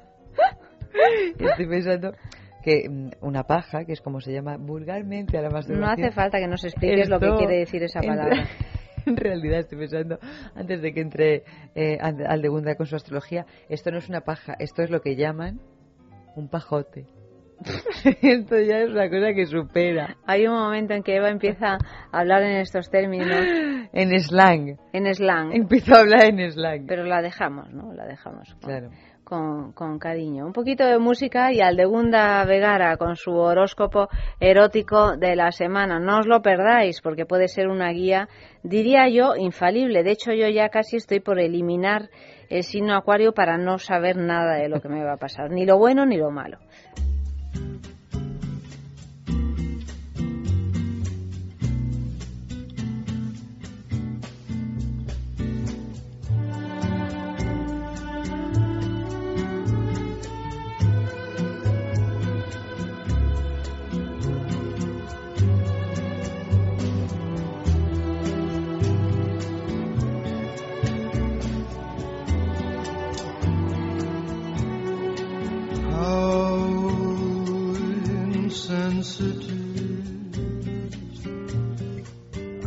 Estoy pensando que una paja, que es como se llama vulgarmente a la masturbación. No hace falta que nos expliques lo que quiere decir esa palabra. En realidad estoy pensando, antes de que entre Aldegunda con su astrología, esto no es una paja, esto es lo que llaman un pajote. Esto ya es una cosa que supera. Hay un momento en que Eva empieza a hablar en estos términos. En slang. Empieza a hablar en slang. Pero la dejamos, ¿no? La dejamos. Claro. Con cariño. Un poquito de música y Aldegunda Vegara con su horóscopo erótico de la semana. No os lo perdáis porque puede ser una guía, diría yo, infalible. De hecho, yo ya casi estoy por eliminar el signo Acuario para no saber nada de lo que me va a pasar. Ni lo bueno ni lo malo.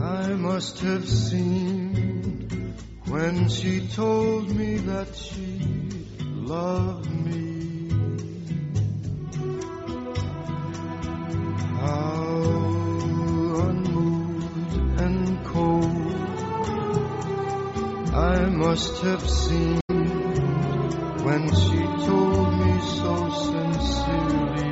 I must have seen when she told me that she loved me. How unmoved and cold I must have seen when she told me so sincerely.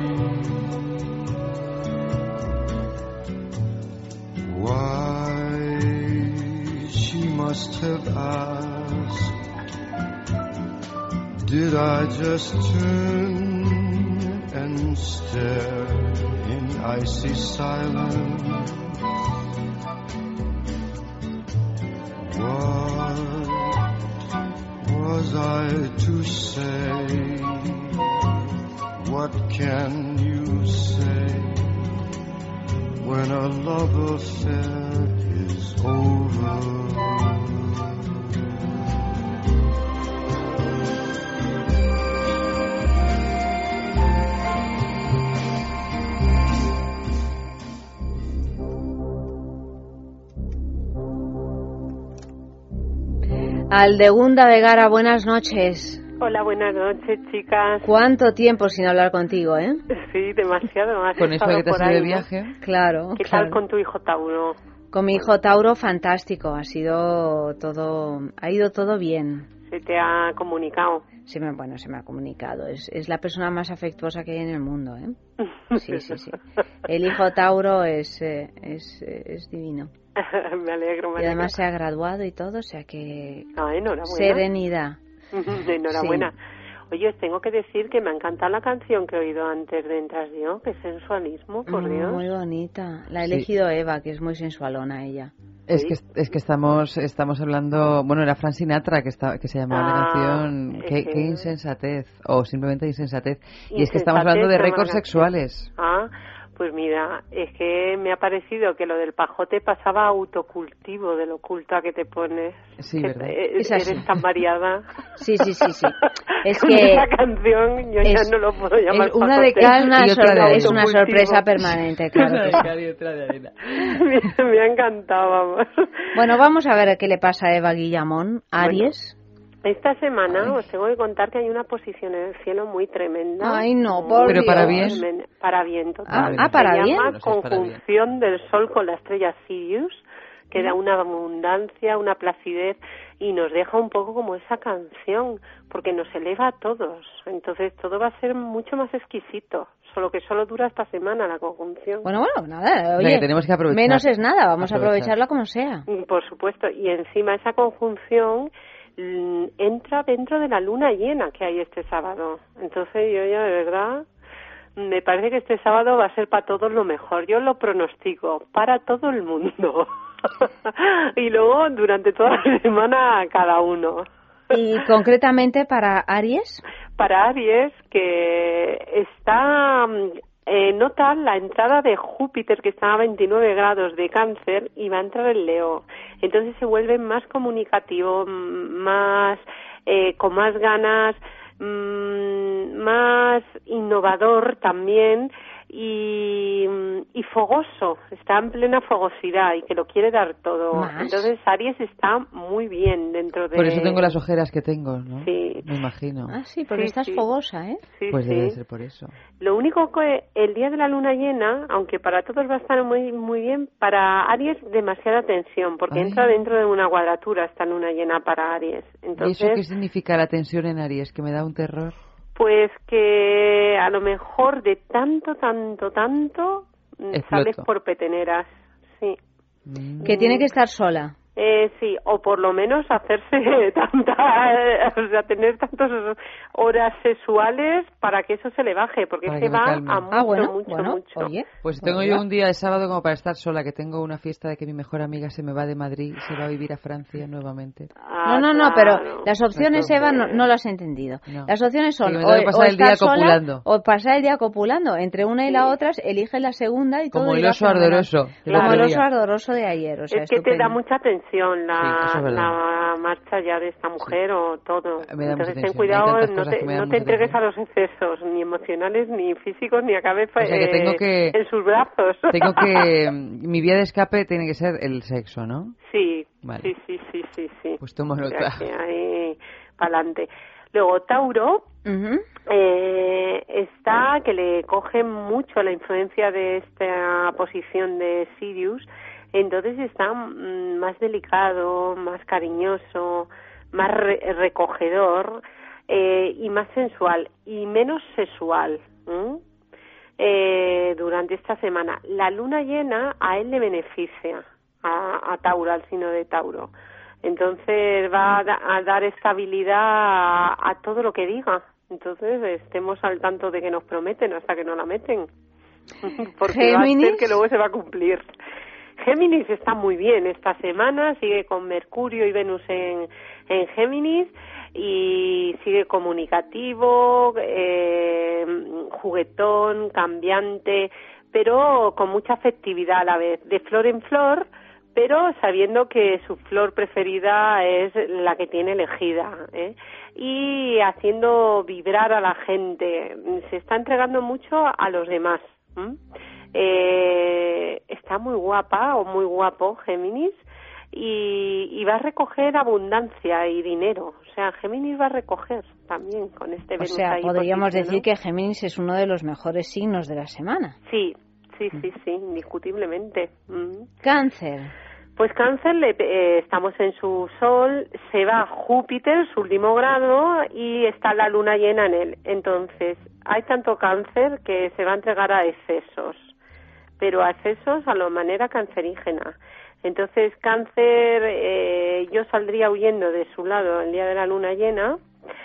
Why she must have asked, did I just turn and stare in icy silence? What was I to say? What can you say when a love affair is over? Aldegunda Vegara, buenas noches. Hola, buenas noches, chicas. ¿Cuánto tiempo sin hablar contigo, eh? Sí, demasiado. Con eso que te has ido de viaje. Claro. ¿Qué tal con tu hijo Tauro? Con mi hijo Tauro, fantástico. Ha ido todo bien. ¿Se te ha comunicado? Sí, bueno, se me ha comunicado. Es la persona más afectuosa que hay en el mundo, ¿eh? Sí. El hijo Tauro es divino. Me alegro. Y además se ha graduado y todo, o sea que... enhorabuena. Serenidad. Enhorabuena. Sí. Oye, os tengo que decir que me ha encantado la canción que he oído antes de entrar yo, que sensualismo, por Dios. Muy bonita. La ha elegido Eva, que es muy sensualona ella. Es que estamos hablando, bueno, era Frank Sinatra que se llamaba la canción qué insensatez, o simplemente insensatez. Y es que estamos hablando de récords sexuales. Pues mira, es que me ha parecido que lo del pajote pasaba a autocultivo de lo oculta que te pones. Sí, ¿verdad? Eres tan variada. Sí. Es con que esa canción yo ya no lo puedo llamar pajote. Una de cal y otra de arena. Es una sorpresa permanente, claro. Una de cal y otra de arena. Me ha encantado, vamos. Bueno, vamos a ver qué le pasa a Eva Guillamón. Aries. Esta semana os tengo que contar que hay una posición en el cielo muy tremenda. Ay, no, por Pero Dios. para bien. Para bien, total. ¿para bien? Se llama conjunción del Sol con la estrella Sirius, que da una abundancia, una placidez, y nos deja un poco como esa canción, porque nos eleva a todos. Entonces todo va a ser mucho más exquisito. Solo que solo dura esta semana la conjunción. Bueno, nada. Oye, tenemos que aprovechar. Menos es nada, vamos a aprovecharla como sea. Por supuesto. Y encima esa conjunción entra dentro de la luna llena que hay este sábado. Entonces yo ya de verdad me parece que este sábado va a ser para todos lo mejor. Yo lo pronostico para todo el mundo. Y luego durante toda la semana cada uno. ¿Y concretamente para Aries? Para Aries, que está... nota la entrada de Júpiter, que está a 29 grados de Cáncer, y va a entrar en Leo. Entonces se vuelve más comunicativo, más con más ganas, más innovador también, y fogoso, está en plena fogosidad y que lo quiere dar todo. ¿Más? Entonces Aries está muy bien dentro de... Por eso tengo las ojeras que tengo, ¿no? Sí. Me imagino. Sí, porque estás fogosa, ¿eh? Sí, pues debe ser por eso. Lo único que el día de la luna llena, aunque para todos va a estar muy muy bien, para Aries demasiada tensión, porque entra dentro de una cuadratura esta luna llena para Aries. Entonces, ¿y eso qué significa la tensión en Aries? Que me da un terror. Pues que a lo mejor de tanto sales por peteneras, sí. Que tiene que estar sola. Sí, o por lo menos hacerse tener tantas horas sexuales para que eso se le baje, porque se va a mucho. Oye, pues tengo yo un día de sábado como para estar sola, que tengo una fiesta de que mi mejor amiga se me va de Madrid y se va a vivir a Francia nuevamente. No, pero las opciones, Eva, no las he entendido. No. Las opciones son o pasar el día copulando. O pasar el día copulando. Entre una y la otra, elige la segunda y todo. Como el oso ardoroso. Como el oso ardoroso de ayer. O sea, es que te da mucha tensión tensión la marcha ya de esta mujer o todo. Entonces ten cuidado, no te entregues a los excesos, ni emocionales, ni físicos, ni acabes en sus brazos. Mi vía de escape tiene que ser el sexo, ¿no? Sí, vale. sí. Pues tomo nota. Ahí pa'lante. Luego Tauro está que le coge mucho la influencia de esta posición de Sirius, entonces está más delicado, más cariñoso, más recogedor y más sensual y menos sexual durante esta semana. La luna llena a él le beneficia, a Tauro, al signo de Tauro. Entonces va a dar estabilidad a todo lo que diga. Entonces estemos al tanto de que nos prometen hasta que no la meten. Porque Géminis, va a ser que luego se va a cumplir. Géminis está muy bien esta semana, sigue con Mercurio y Venus en Géminis y sigue comunicativo, juguetón, cambiante, pero con mucha afectividad a la vez, de flor en flor, pero sabiendo que su flor preferida es la que tiene elegida, y haciendo vibrar a la gente. Se está entregando mucho a los demás. Está muy guapa o muy guapo Géminis y va a recoger abundancia y dinero. O sea, Géminis va a recoger también con este Venus. O sea, podríamos decir que Géminis es uno de los mejores signos de la semana. Sí, indiscutiblemente. Cáncer. Pues Cáncer, estamos en su Sol, se va Júpiter, su último grado, y está la luna llena en él. Entonces, hay tanto Cáncer que se va a entregar a excesos, pero a excesos a la manera cancerígena. Entonces, Cáncer, yo saldría huyendo de su lado el día de la luna llena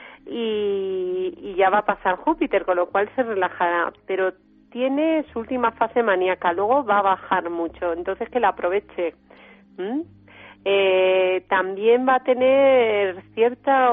y ya va a pasar Júpiter, con lo cual se relajará, pero tiene su última fase maníaca, luego va a bajar mucho, entonces que la aproveche. También va a tener cierta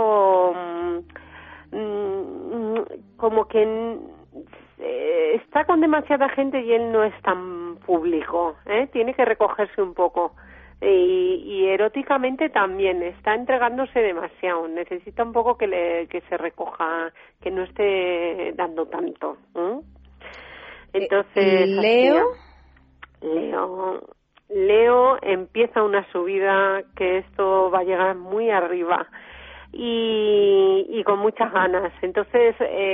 como que está con demasiada gente y él no es tan público, tiene que recogerse un poco y eróticamente también está entregándose demasiado, necesita un poco que se recoja, que no esté dando tanto. Entonces Leo empieza una subida que esto va a llegar muy arriba y con muchas ganas. Entonces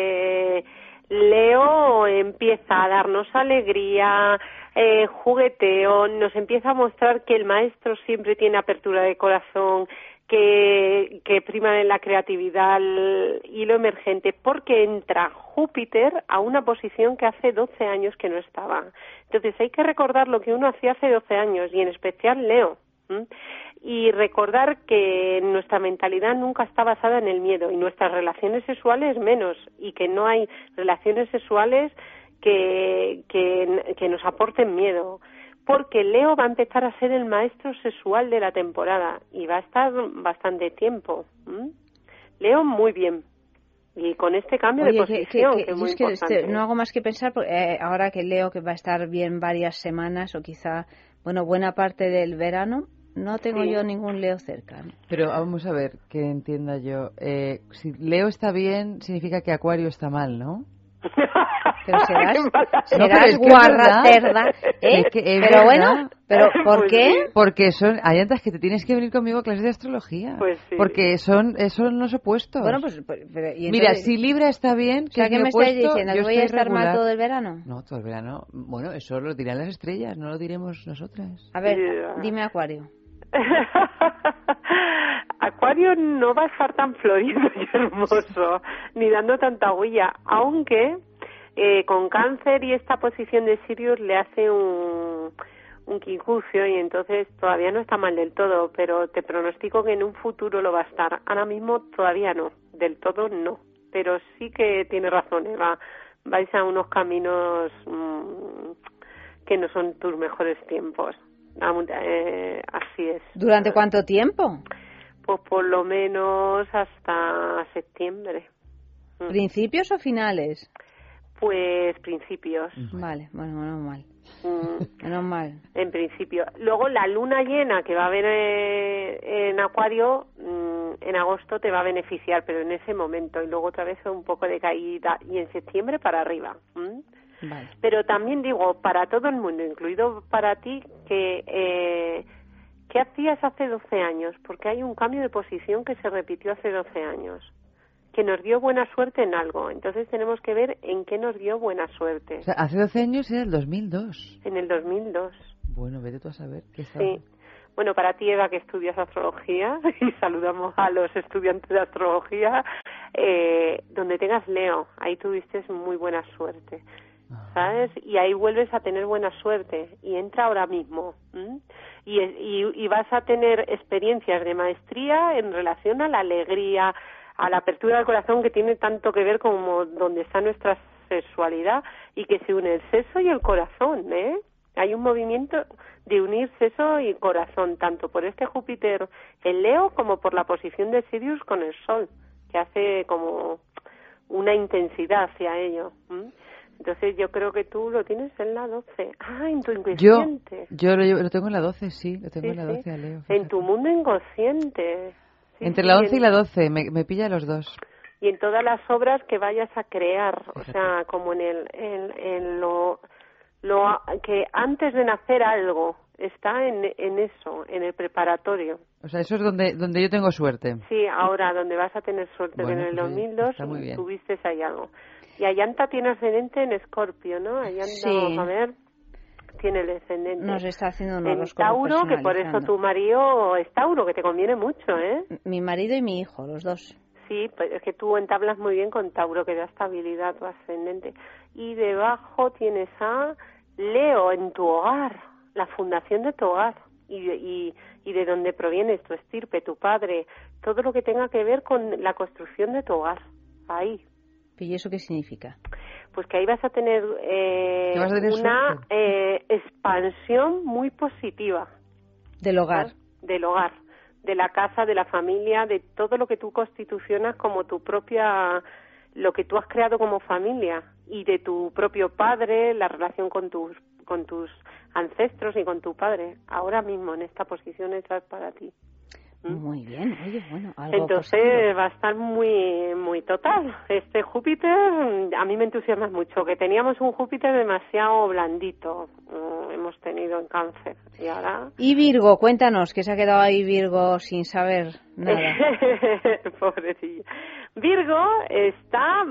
Leo empieza a darnos alegría, jugueteo, nos empieza a mostrar que el maestro siempre tiene apertura de corazón, que prima en la creatividad y lo emergente, porque entra Júpiter a una posición que hace 12 años que no estaba. Entonces hay que recordar lo que uno hacía hace 12 años, y en especial Leo, y recordar que nuestra mentalidad nunca está basada en el miedo, y nuestras relaciones sexuales menos, y que no hay relaciones sexuales que nos aporten miedo, porque Leo va a empezar a ser el maestro sexual de la temporada y va a estar bastante tiempo. Leo muy bien, y con este cambio de posición que es muy importante. No hago más que pensar, ahora que Leo que va a estar bien varias semanas o quizá, buena parte del verano, no tengo yo ningún Leo cerca, ¿no? Pero vamos a ver, que entienda yo, si Leo está bien, significa que Acuario está mal, ¿no? Pero serás guarra, cerda, pero bueno, pero ¿por qué? Porque hay antes que te tienes que venir conmigo a clases de astrología. Pues sí. Porque son los opuestos. Bueno, pues ¿y entonces, mira, si Libra está bien, que ¿qué me estáis diciendo? ¿Que voy a estar mal todo el verano? No, todo el verano. Bueno, eso lo dirán las estrellas, no lo diremos nosotras. A ver, dime Acuario. Acuario no va a estar tan florido y hermoso, ni dando tanta huella, aunque con Cáncer y esta posición de Sirius le hace un quincucio, y entonces todavía no está mal del todo, pero te pronostico que en un futuro lo va a estar. Ahora mismo todavía no, del todo no, pero sí que tiene razón, Eva. Vais a unos caminos que no son tus mejores tiempos. Así es. ¿Durante cuánto tiempo? Pues por lo menos hasta septiembre. ¿Principios o finales? Pues principios. Vale, bueno, mal. Menos mal. En principio. Luego la luna llena que va a haber en Acuario en agosto te va a beneficiar, pero en ese momento, y luego otra vez un poco de caída, y en septiembre para arriba. Vale. Pero también digo, para todo el mundo, incluido para ti, que ¿qué hacías hace 12 años? Porque hay un cambio de posición que se repitió hace 12 años, que nos dio buena suerte en algo. Entonces tenemos que ver en qué nos dio buena suerte. O sea, hace 12 años era el 2002. En el 2002. Bueno, vete tú a saber qué sabe. Sí. Bueno, para ti, Eva, que estudias astrología, y saludamos a los estudiantes de astrología, donde tengas Leo, ahí tuviste muy buena suerte, ¿sabes? Y ahí vuelves a tener buena suerte, y entra ahora mismo. Y vas a tener experiencias de maestría en relación a la alegría, a la apertura del corazón, que tiene tanto que ver como donde está nuestra sexualidad, y que se une el sexo y el corazón, ¿eh? Hay un movimiento de unir sexo y corazón, tanto por este Júpiter en Leo como por la posición de Sirius con el Sol, que hace como una intensidad hacia ello. Entonces yo creo que tú lo tienes en la 12. Ah, en tu inconsciente. Yo lo tengo en la 12, sí, lo tengo en la 12 a Leo. Fíjate. En tu mundo inconsciente. Sí, entre la 11 y la 12, me pilla los dos. Y en todas las obras que vayas a crear, o sea, como en lo que antes de nacer algo está en eso, en el preparatorio. O sea, eso es donde yo tengo suerte. Sí, ahora donde vas a tener suerte. Bueno, en el 2002 tuviste ahí algo. Y Ayanta tiene ascendente en Escorpio, ¿no? Ayanta, sí. Vamos a ver, tiene el ascendente. Nos está haciendo un horóscopo Tauro, que por eso tu marido es Tauro, que te conviene mucho, ¿eh? Mi marido y mi hijo, los dos. Sí, pues es que tú entablas muy bien con Tauro, que da estabilidad tu ascendente. Y debajo tienes a Leo en tu hogar, la fundación de tu hogar y de donde provienes, tu estirpe, tu padre, todo lo que tenga que ver con la construcción de tu hogar, ahí. ¿Y eso qué significa? Pues que ahí vas a tener, una expansión muy positiva. Del hogar. Del hogar, de la casa, de la familia, de todo lo que tú constitucionas como tu propia, lo que tú has creado como familia, y de tu propio padre, la relación con tus ancestros y con tu padre. Ahora mismo en esta posición esa es para ti. Muy bien, oye, bueno, algo entonces positivo. Va a estar muy muy total. Este Júpiter a mí me entusiasma mucho, que teníamos un Júpiter demasiado blandito, hemos tenido en Cáncer, y ahora... Y Virgo, cuéntanos, que se ha quedado ahí Virgo sin saber nada. Pobrecilla. Virgo está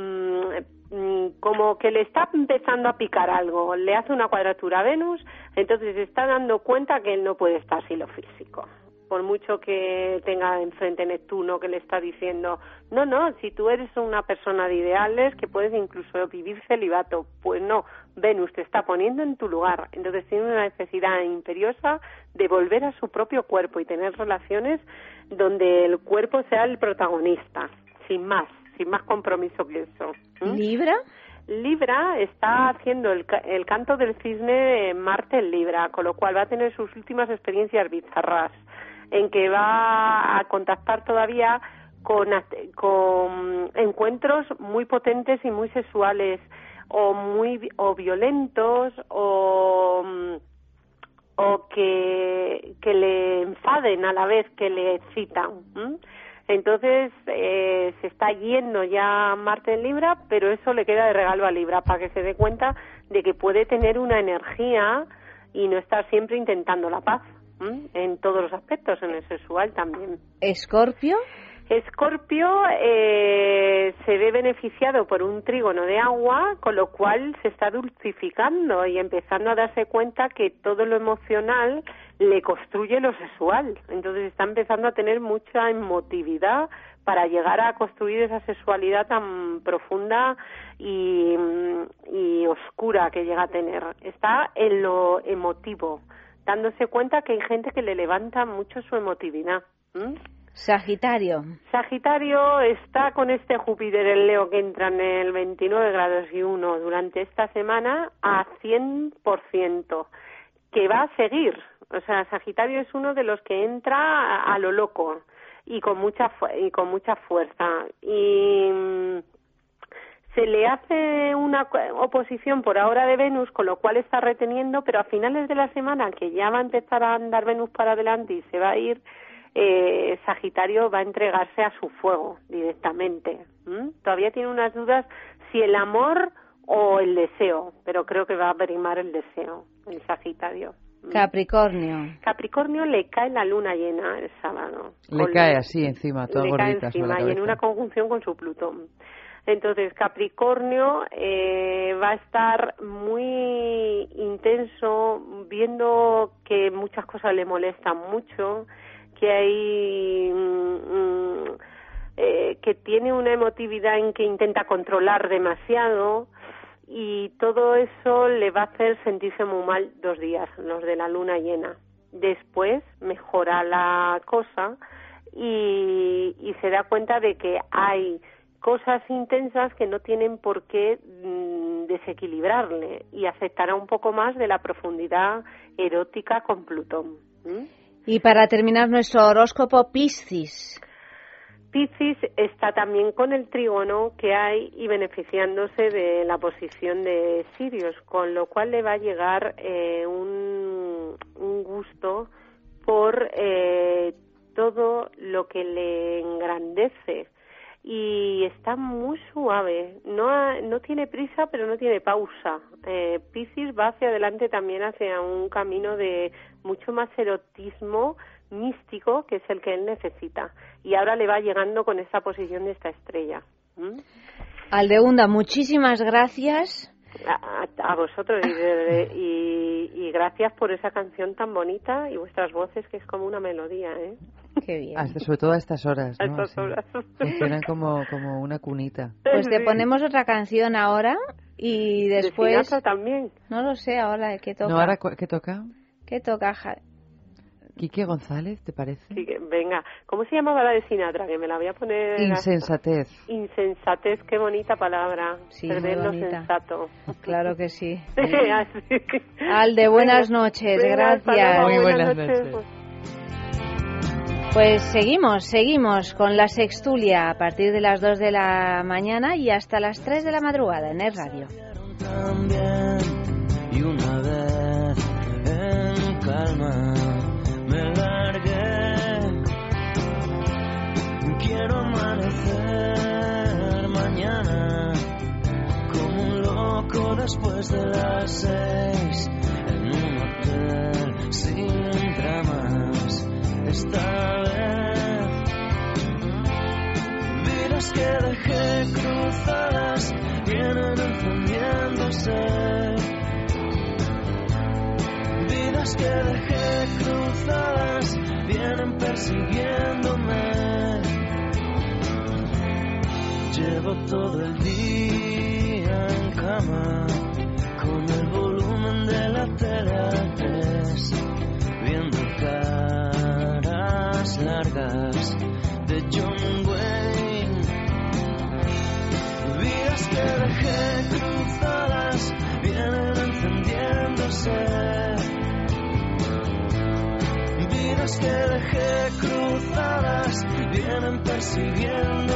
como que le está empezando a picar algo, le hace una cuadratura a Venus, entonces se está dando cuenta que él no puede estar sin lo físico. Por mucho que tenga enfrente Neptuno que le está diciendo, no, si tú eres una persona de ideales que puedes incluso vivir celibato, pues no, Venus te está poniendo en tu lugar, entonces tiene una necesidad imperiosa de volver a su propio cuerpo y tener relaciones donde el cuerpo sea el protagonista, sin más compromiso que eso. ¿Libra? Libra está haciendo el canto del cisne en Marte en Libra, con lo cual va a tener sus últimas experiencias bizarras, en que va a contactar todavía con encuentros muy potentes y muy sexuales, o violentos, o que le enfaden a la vez que le excitan. Entonces se está yendo ya Marte en Libra, pero eso le queda de regalo a Libra, para que se dé cuenta de que puede tener una energía y no estar siempre intentando la paz. En todos los aspectos, en el sexual también. ¿Escorpio? Escorpio se ve beneficiado por un trígono de agua, con lo cual se está dulcificando y empezando a darse cuenta que todo lo emocional le construye lo sexual. Entonces está empezando a tener mucha emotividad para llegar a construir esa sexualidad tan profunda y oscura que llega a tener. Está en lo emotivo, dándose cuenta que hay gente que le levanta mucho su emotividad. Sagitario. Sagitario está con este Júpiter en Leo que entra en el 29 grados y 1 durante esta semana a 100%, que va a seguir. O sea, Sagitario es uno de los que entra a lo loco y con mucha fuerza. Y Se le hace una oposición por ahora de Venus, con lo cual está reteniendo, pero a finales de la semana, que ya va a empezar a andar Venus para adelante y se va a ir, Sagitario va a entregarse a su fuego directamente. Todavía tiene unas dudas si el amor o el deseo, pero creo que va a primar el deseo, el Sagitario. Capricornio le cae la luna llena el sábado. Le cae así encima, toda gordita. Le cae encima y en una conjunción con su Plutón. Entonces Capricornio va a estar muy intenso, viendo que muchas cosas le molestan mucho, que hay que tiene una emotividad en que intenta controlar demasiado, y todo eso le va a hacer sentirse muy mal 2 días, los de la luna llena. Después mejora la cosa y se da cuenta de que hay cosas intensas que no tienen por qué desequilibrarle, y aceptará un poco más de la profundidad erótica con Plutón. Y para terminar nuestro horóscopo, Piscis. Piscis está también con el trígono que hay y beneficiándose de la posición de Sirius, con lo cual le va a llegar un gusto por todo lo que le engrandece, y está muy suave, no tiene prisa pero no tiene pausa. Piscis va hacia adelante también, hacia un camino de mucho más erotismo místico, que es el que él necesita, y ahora le va llegando con esta posición de esta estrella. Aldeunda, muchísimas gracias. A vosotros y gracias por esa canción tan bonita y vuestras voces, que es como una melodía, ¿eh? Qué bien. Sobre todo a estas horas, ¿no? A estas horas. Funcionan como una cunita. Pues te ponemos otra canción ahora y después... ¿De Sinatra también? No lo sé ahora, ¿qué toca? No, ¿ahora qué toca? ¿Qué toca? Quique González, ¿te parece? Sí, venga. ¿Cómo se llamaba la de Sinatra? Que me la voy a poner... Insensatez. Insensatez, qué bonita palabra. Sí, perder muy lo bonita. Sensato. Claro que sí. Así. Alde, buenas noches, gracias. Muy buenas noches. Pues seguimos con la sextulia a partir de las 2 de la mañana y hasta las 3 de la madrugada en Es Radio. Y una vez en calma me largué. Quiero amanecer mañana como un loco después de las 6 en un hotel sin dramas. Esta vez vidas que dejé cruzadas vienen encendiéndose. Vidas que dejé cruzadas vienen persiguiéndome. Llevo todo el día en cama con el volumen de la tele al 3, viendo caras largas de John Wayne. Vidas que dejé cruzadas vienen encendiéndose. Vidas que dejé cruzadas vienen persiguiendo.